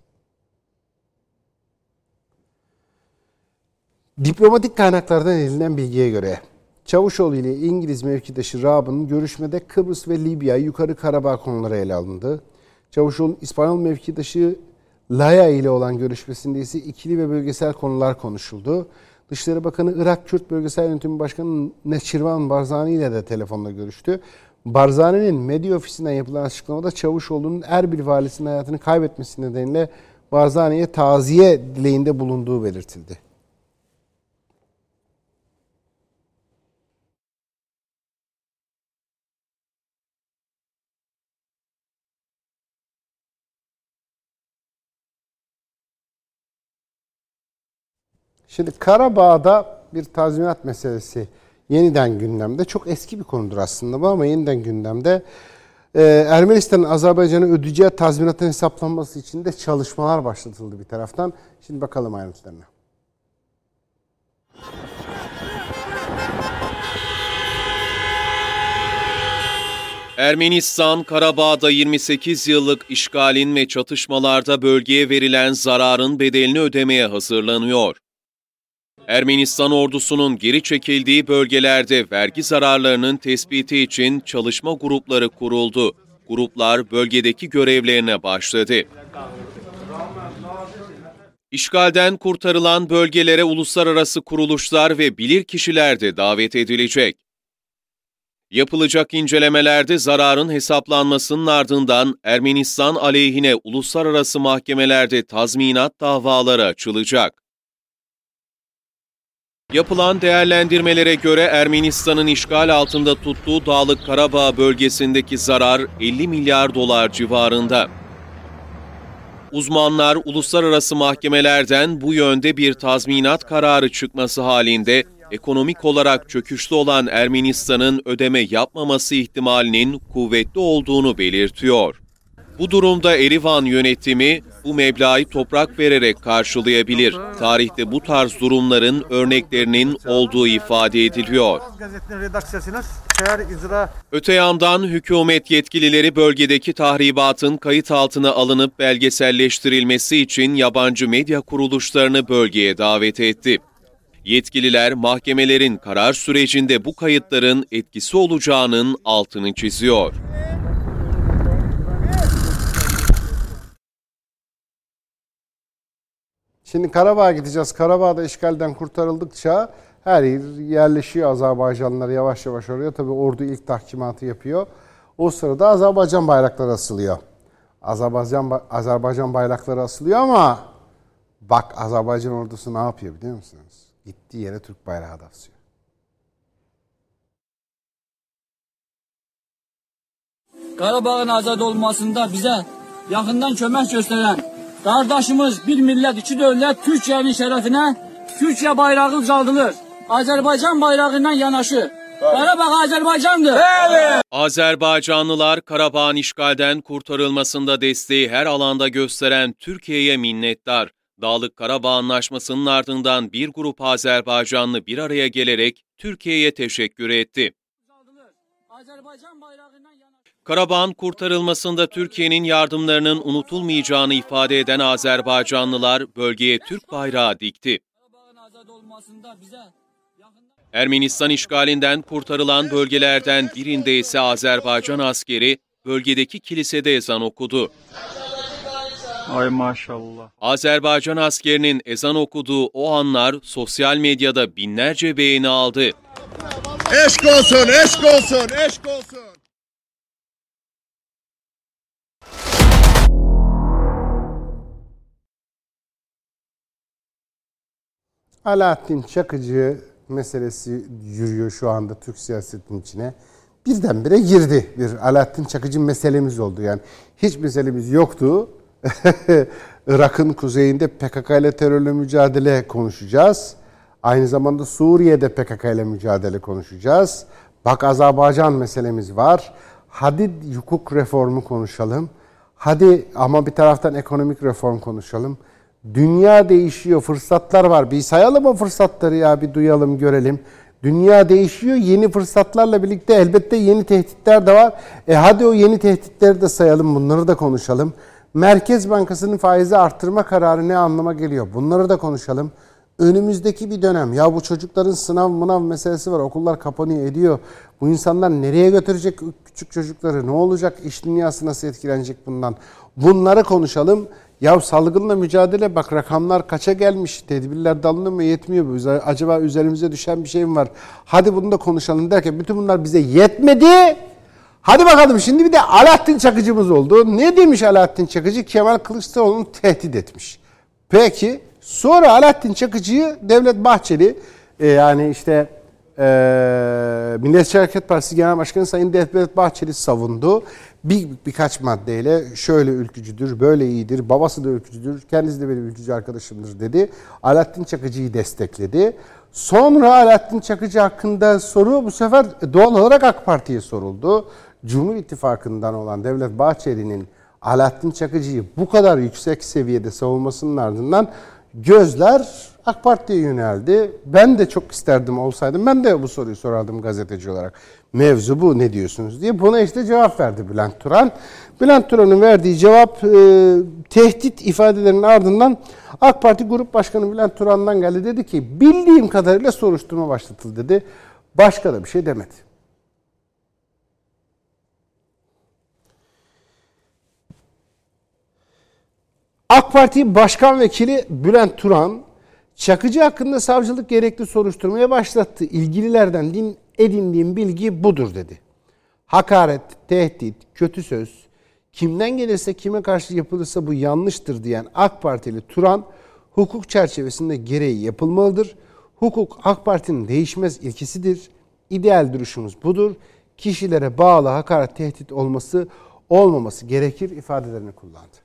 Diplomatik kaynaklardan edinilen bilgiye göre Çavuşoğlu ile İngiliz mevkidaşı Raab'ın görüşmede Kıbrıs ve Libya, Yukarı Karabağ konuları ele alındı. Çavuşoğlu'nun İspanyol mevkidaşı Laya ile olan görüşmesinde ise ikili ve bölgesel konular konuşuldu. Dışişleri Bakanı Irak Kürt Bölgesel Yönetimi Başkanı Neçirvan Barzani ile de telefonla görüştü. Barzani'nin medya ofisinden yapılan açıklamada Çavuşoğlu'nun Erbil valisinin hayatını kaybetmesi nedeniyle Barzani'ye taziye dileğinde bulunduğu belirtildi. Şimdi Karabağ'da bir tazminat meselesi yeniden gündemde. Çok eski bir konudur aslında bu ama yeniden gündemde. Ermenistan'ın Azerbaycan'a ödeyeceği tazminatın hesaplanması için de çalışmalar başlatıldı bir taraftan. Şimdi bakalım ayrıntılarına. Ermenistan, Karabağ'da 28 yıllık işgalin ve çatışmalarda bölgeye verilen zararın bedelini ödemeye hazırlanıyor. Ermenistan ordusunun geri çekildiği bölgelerde vergi zararlarının tespiti için çalışma grupları kuruldu. Gruplar bölgedeki görevlerine başladı. İşgalden kurtarılan bölgelere uluslararası kuruluşlar ve bilirkişiler de davet edilecek. Yapılacak incelemelerde zararın hesaplanmasının ardından Ermenistan aleyhine uluslararası mahkemelerde tazminat davaları açılacak. Yapılan değerlendirmelere göre Ermenistan'ın işgal altında tuttuğu Dağlık Karabağ bölgesindeki zarar 50 milyar dolar civarında. Uzmanlar uluslararası mahkemelerden bu yönde bir tazminat kararı çıkması halinde ekonomik olarak çöküşte olan Ermenistan'ın ödeme yapmaması ihtimalinin kuvvetli olduğunu belirtiyor. Bu durumda Erivan yönetimi bu meblağı toprak vererek karşılayabilir. Tarihte bu tarz durumların örneklerinin olduğu ifade ediliyor. Öte yandan hükümet yetkilileri bölgedeki tahribatın kayıt altına alınıp belgeselleştirilmesi için yabancı medya kuruluşlarını bölgeye davet etti. Yetkililer mahkemelerin karar sürecinde bu kayıtların etkisi olacağının altını çiziyor. Şimdi Karabağ'a gideceğiz. Karabağ'da işgalden kurtarıldıkça her yer yerleşiyor Azerbaycanlılar yavaş yavaş oraya. Tabii ordu ilk tahkimatı yapıyor. O sırada Azerbaycan bayrakları asılıyor. Azerbaycan bayrakları asılıyor ama bak Azerbaycan ordusu ne yapıyor biliyor musunuz? Gittiği yere Türk bayrağı da asıyor. Qarabağın azad olmasında bize yakından kömək gösteren kardeşimiz bir millet, iki devlet Türkiye'nin şerefine Türkiye bayrağı uzaldılır. Azerbaycan bayrağından yanaşı. Karabağ Azerbaycan'dır. Evet. Azerbaycanlılar Karabağ'ın işgalden kurtarılmasında desteği her alanda gösteren Türkiye'ye minnettar. Dağlık Karabağ Anlaşması'nın ardından bir grup Azerbaycanlı bir araya gelerek Türkiye'ye teşekkür etti. Karabağ'ın kurtarılmasında Türkiye'nin yardımlarının unutulmayacağını ifade eden Azerbaycanlılar bölgeye Türk bayrağı dikti. Ermenistan işgalinden kurtarılan bölgelerden birinde ise Azerbaycan askeri bölgedeki kilisede ezan okudu. Ay maşallah. Azerbaycan askerinin ezan okuduğu o anlar sosyal medyada binlerce beğeni aldı. Eşk olsun, eşk olsun, eşk olsun. Alaaddin Çakıcı meselesi yürüyor şu anda Türk siyasetinin içine. Birdenbire girdi. Bir Alaaddin Çakıcı meselemiz oldu. Yani hiç meselemiz yoktu. Irak'ın kuzeyinde PKK ile terörle mücadele konuşacağız. Aynı zamanda Suriye'de PKK ile mücadele konuşacağız. Bak Azerbaycan meselemiz var. Hadi hukuk reformu konuşalım. Hadi ama bir taraftan ekonomik reform konuşalım. Dünya değişiyor, fırsatlar var. Bir sayalım o fırsatları ya, bir duyalım, görelim. Dünya değişiyor, yeni fırsatlarla birlikte elbette yeni tehditler de var. Hadi o yeni tehditleri de sayalım, bunları da konuşalım. Merkez Bankası'nın faizi arttırma kararı ne anlama geliyor? Bunları da konuşalım. Önümüzdeki bir dönem, ya bu çocukların sınav meselesi var, okullar kapanıyor ediyor. Bu insanlar nereye götürecek küçük çocukları, ne olacak, iş dünyası nasıl etkilenecek bundan? Bunları konuşalım. Ya salgınla mücadele, bak rakamlar kaça gelmiş, tedbirler de alınıyor mu, yetmiyor mu? Acaba üzerimize düşen bir şey mi var? Hadi bunu da konuşalım derken bütün bunlar bize yetmedi. Hadi bakalım şimdi bir de Alaaddin Çakıcı'mız oldu. Ne demiş Alaaddin Çakıcı? Kemal Kılıçdaroğlu'nu tehdit etmiş. Peki sonra Alaaddin Çakıcı'yı Devlet Bahçeli yani işte Milliyetçi Hareket Partisi Genel Başkanı Sayın Devlet Bahçeli savundu. Birkaç maddeyle şöyle ülkücüdür, böyle iyidir, babası da ülkücüdür, kendisi de benim ülkücü arkadaşımdır dedi. Alaaddin Çakıcı'yı destekledi. Sonra Alaaddin Çakıcı hakkında soru bu sefer doğal olarak AK Parti'ye soruldu. Cumhur İttifakı'ndan olan Devlet Bahçeli'nin Alaaddin Çakıcı'yı bu kadar yüksek seviyede savunmasının ardından gözler AK Parti'ye yöneldi. Ben de çok isterdim olsaydım. Ben de bu soruyu sorardım gazeteci olarak. Mevzu bu, ne diyorsunuz diye. Buna işte cevap verdi Bülent Turan. Bülent Turan'ın verdiği cevap tehdit ifadelerinin ardından AK Parti Grup Başkanı Bülent Turan'dan geldi. Dedi ki bildiğim kadarıyla soruşturma başlatıldı dedi. Başka da bir şey demedi. AK Parti Başkan Vekili Bülent Turan, Çakıcı hakkında savcılık gerekli soruşturmaya başlattı. İlgililerden edindiğim bilgi budur dedi. Hakaret, tehdit, kötü söz, kimden gelirse kime karşı yapılırsa bu yanlıştır diyen AK Partili Turan, hukuk çerçevesinde gereği yapılmalıdır. Hukuk AK Parti'nin değişmez ilkesidir. İdeal duruşumuz budur. Kişilere bağlı hakaret, tehdit olmaması gerekir ifadelerini kullandı.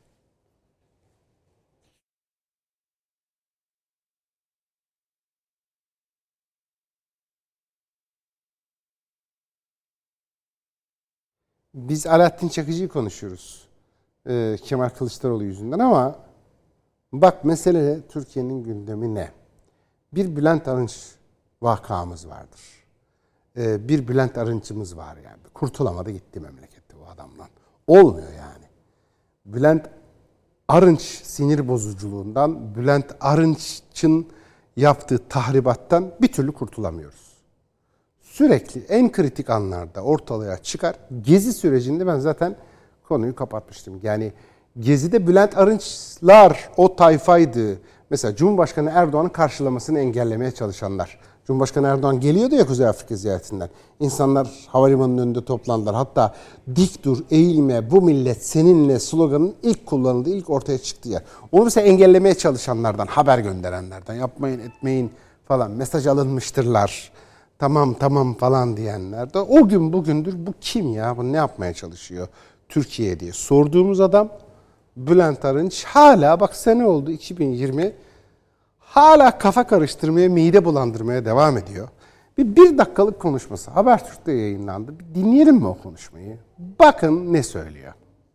Biz Alaaddin Çakıcı'yı konuşuyoruz Kemal Kılıçdaroğlu yüzünden ama bak mesele Türkiye'nin gündemi ne? Bir Bülent Arınç vakamız vardır. Bir Bülent Arınç'ımız var yani. Kurtulamadı gitti memlekette bu adamdan. Olmuyor yani. Bülent Arınç sinir bozuculuğundan, Bülent Arınç'ın yaptığı tahribattan bir türlü kurtulamıyoruz. Sürekli en kritik anlarda ortalığa çıkar. Gezi sürecinde ben zaten konuyu kapatmıştım. Yani Gezi'de Bülent Arınçlar o tayfaydı. Mesela Cumhurbaşkanı Erdoğan'ın karşılamasını engellemeye çalışanlar. Cumhurbaşkanı Erdoğan geliyordu ya Kuzey Afrika ziyaretinden. İnsanlar havalimanının önünde toplandılar. Hatta dik dur, eğilme, bu millet seninle sloganın ilk kullanıldığı, ilk ortaya çıktı ya. Onu mesela engellemeye çalışanlardan, haber gönderenlerden, yapmayın etmeyin falan mesaj alınmıştırlar. Tamam falan diyenler de o gün bugündür bu kim ya, bu ne yapmaya çalışıyor Türkiye diye sorduğumuz adam Bülent Arınç. Hala bak sene oldu 2020, hala kafa karıştırmaya, mide bulandırmaya devam ediyor. Bir dakikalık konuşması Habertürk'te yayınlandı. Bir dinleyelim mi o konuşmayı? Bakın ne söylüyor.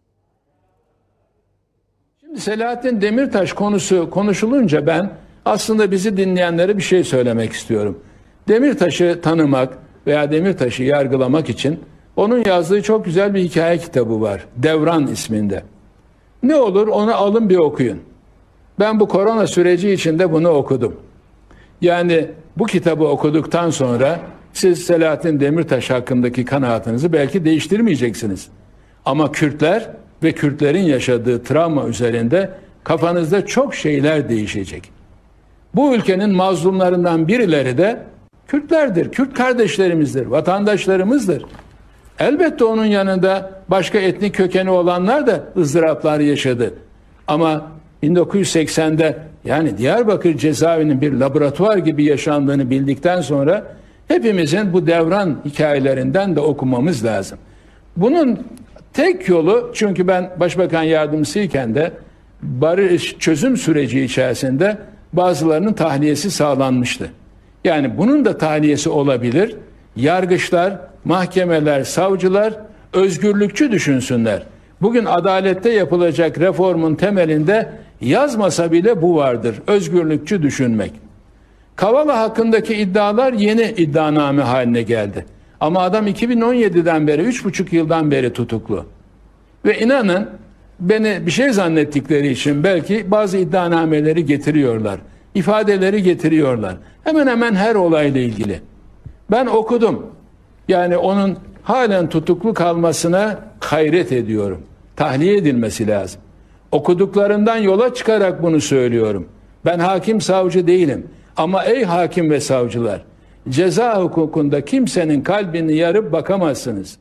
Şimdi Selahattin Demirtaş konusu konuşulunca ben aslında bizi dinleyenlere bir şey söylemek istiyorum. Demirtaş'ı tanımak veya Demirtaş'ı yargılamak için onun yazdığı çok güzel bir hikaye kitabı var. Devran isminde. Ne olur onu alın bir okuyun. Ben bu korona süreci içinde bunu okudum. Yani bu kitabı okuduktan sonra siz Selahattin Demirtaş hakkındaki kanaatinizi belki değiştirmeyeceksiniz. Ama Kürtler ve Kürtlerin yaşadığı travma üzerinde kafanızda çok şeyler değişecek. Bu ülkenin mazlumlarından birileri de Kürtlerdir, Kürt kardeşlerimizdir, vatandaşlarımızdır. Elbette onun yanında başka etnik kökeni olanlar da ızdıraplar yaşadı. Ama 1980'de yani Diyarbakır cezaevinin bir laboratuvar gibi yaşandığını bildikten sonra hepimizin bu devran hikayelerinden de okumamız lazım. Bunun tek yolu, çünkü ben başbakan yardımcısıyken de barış çözüm süreci içerisinde bazılarının tahliyesi sağlanmıştı. Yani bunun da tahliyesi olabilir. Yargıçlar, mahkemeler, savcılar özgürlükçü düşünsünler. Bugün adalette yapılacak reformun temelinde yazmasa bile bu vardır. Özgürlükçü düşünmek. Kavala hakkındaki iddialar yeni iddianame haline geldi. Ama adam 2017'den beri, 3,5 yıldan beri tutuklu. Ve inanın beni bir şey zannettikleri için belki bazı iddianameleri getiriyorlar. İfadeleri getiriyorlar. Hemen hemen her olayla ilgili. Ben okudum. Yani onun halen tutuklu kalmasına hayret ediyorum. Tahliye edilmesi lazım. Okuduklarından yola çıkarak bunu söylüyorum. Ben hakim savcı değilim. Ama ey hakim ve savcılar, ceza hukukunda kimsenin kalbini yarıp bakamazsınız.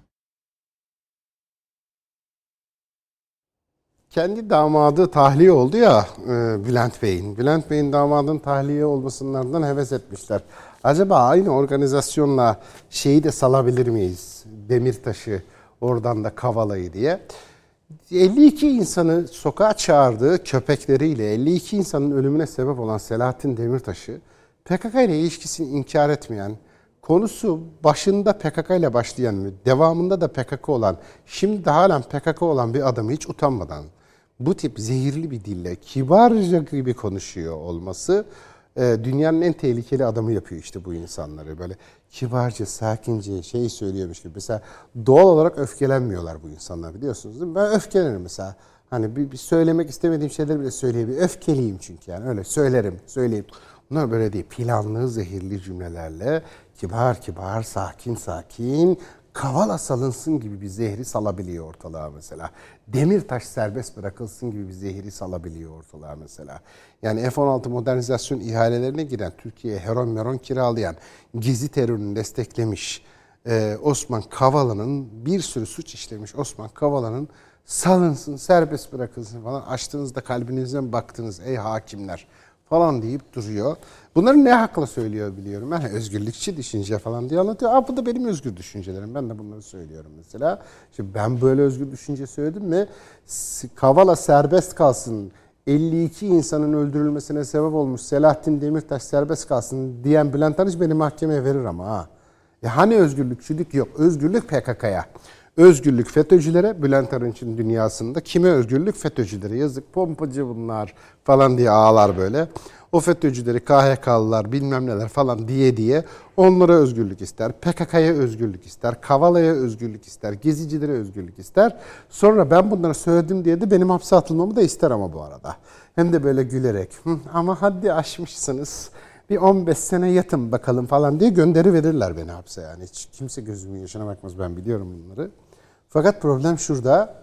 Kendi damadı tahliye oldu ya Bülent Bey'in. Bülent Bey'in damadının tahliye olmasından heves etmişler. Acaba aynı organizasyonla şeyi de salabilir miyiz? Demirtaş'ı, oradan da Kavala'yı diye. 52 insanı sokağa çağırdığı köpekleriyle 52 insanın ölümüne sebep olan Selahattin Demirtaş'ı PKK ile ilişkisini inkar etmeyen, konusu başında PKK ile başlayan ve devamında da PKK olan, şimdi de halen PKK olan bir adamı hiç utanmadan bu tip zehirli bir dille kibarca gibi konuşuyor olması dünyanın en tehlikeli adamı yapıyor işte bu insanları. Böyle kibarca, sakince şey söylüyormuş gibi. Mesela doğal olarak öfkelenmiyorlar bu insanlar, biliyorsunuz değil mi? Ben öfkelenirim mesela. Hani bir söylemek istemediğim şeyleri bile söyleyebilirim. Öfkeliyim çünkü yani öyle söyleyeyim. Bunlar böyle değil. Planlı, zehirli cümlelerle kibar, sakin, Kavala salınsın gibi bir zehri salabiliyor ortalığa mesela. Demirtaş serbest bırakılsın gibi bir zehri salabiliyor ortalığa mesela. Yani F-16 modernizasyon ihalelerine giren, Türkiye'ye heron meron kiralayan, Gezi terörünü desteklemiş Osman Kavala'nın bir sürü suç işlemiş Osman Kavala'nın salınsın, serbest bırakılsın falan. Açtığınızda kalbinizden baktınız ey hakimler falan deyip duruyor. Bunları ne hakla söylüyor biliyorum. Yani özgürlükçü düşünce falan diye anlatıyor. Bu da benim özgür düşüncelerim. Ben de bunları söylüyorum mesela. Şimdi ben böyle özgür düşünce söyledim mi? Kavala serbest kalsın, 52 insanın öldürülmesine sebep olmuş Selahattin Demirtaş serbest kalsın diyen Bülent Arınç beni mahkemeye verir ama ha. Hani özgürlükçülük yok. Özgürlük PKK'ya. Özgürlük FETÖ'cülere, Bülent Arınç'ın dünyasında. Kime özgürlük? FETÖ'cülere. Yazık pompacı bunlar falan diye ağlar böyle. O FETÖ'cüleri, KHK'lılar bilmem neler falan diye onlara özgürlük ister. PKK'ya özgürlük ister. Kavala'ya özgürlük ister. Gezicilere özgürlük ister. Sonra ben bunları söyledim diye de benim hapse atılmamı da ister ama bu arada. Hem de böyle gülerek. Ama haddi aşmışsınız. Bir 15 sene yatın bakalım falan diye gönderi verirler beni hapse yani. Hiç kimse gözümün yaşına bakmaz, ben biliyorum bunları. Fakat problem şurada.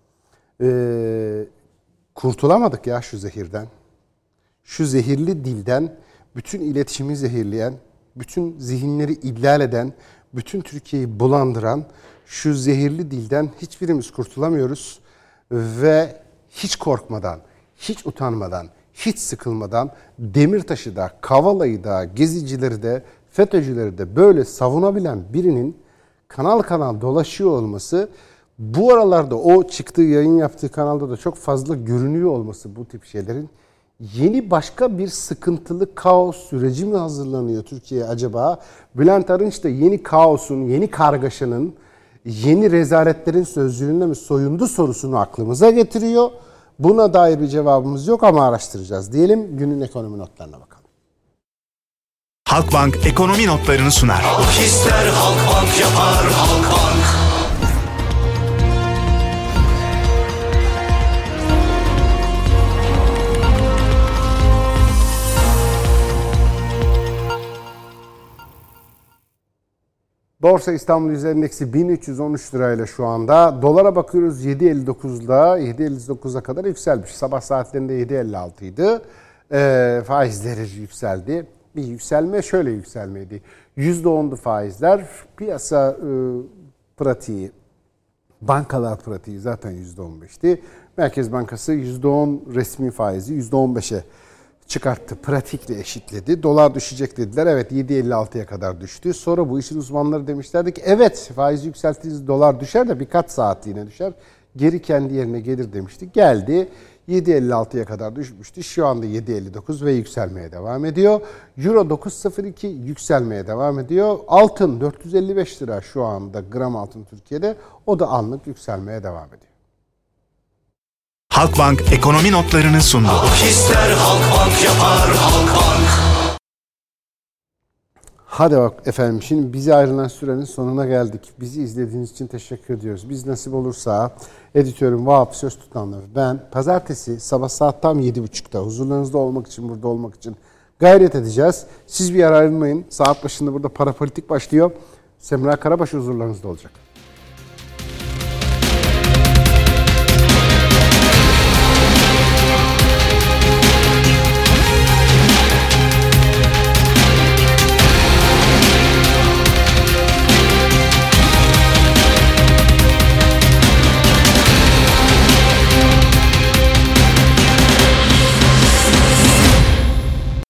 Kurtulamadık ya şu zehirden. Şu zehirli dilden, bütün iletişimi zehirleyen, bütün zihinleri ihlal eden, bütün Türkiye'yi bulandıran şu zehirli dilden hiçbirimiz kurtulamıyoruz. Ve hiç korkmadan, hiç utanmadan, hiç sıkılmadan Demirtaş'ı da, Kavala'yı da, Gezicileri de, FETÖ'cüleri de böyle savunabilen birinin kanal kanal dolaşıyor olması, bu aralarda o çıktığı yayın yaptığı kanalda da çok fazla görünüyor olması bu tip şeylerin, yeni başka bir sıkıntılı kaos süreci mi hazırlanıyor Türkiye'ye acaba? Bülent Arınç da yeni kaosun, yeni kargaşanın, yeni rezaletlerin sözcüğünde mi soyundu sorusunu aklımıza getiriyor. Buna dair bir cevabımız yok ama araştıracağız. Diyelim günün ekonomi notlarına bakalım. Halkbank ekonomi notlarını sunar. Halk ister Halkbank yapar Halkbank. Borsa İstanbul Yüzde Endeksi 1313 lirayla şu anda. Dolara bakıyoruz 7.59'da, 7.59'a kadar yükselmiş. Sabah saatlerinde 7.56 idi. Faizleri yükseldi. Bir yükselme şöyle yükselmeydi. %10'du faizler. Piyasa pratiği, bankalar pratiği zaten %15'ti. Merkez Bankası %10 resmi faizi %15'e çıkarttı. Pratikle eşitledi. Dolar düşecek dediler. Evet 7.56'ya kadar düştü. Sonra bu işin uzmanları demişlerdi ki evet faizi yükselttiğiniz dolar düşer de birkaç saatliğine düşer. Geri kendi yerine gelir demişti. Geldi. 7.56'ya kadar düşmüştü. Şu anda 7.59 ve yükselmeye devam ediyor. Euro 9.02 yükselmeye devam ediyor. Altın 455 lira şu anda gram altın Türkiye'de. O da anlık yükselmeye devam ediyor. Halkbank ekonomi notlarını sundu. Halk ister Halkbank yapar Halkbank. Hadi bak efendim, şimdi bize ayrılan sürenin sonuna geldik. Bizi izlediğiniz için teşekkür ediyoruz. Biz nasip olursa editörüm Vahap Söztutan'la ben pazartesi sabah saat tam 7.30'da huzurlarınızda olmak için, burada olmak için gayret edeceğiz. Siz bir yer ayrılmayın. Saat başında burada Parapolitik başlıyor. Semra Karabaş huzurlarınızda olacak.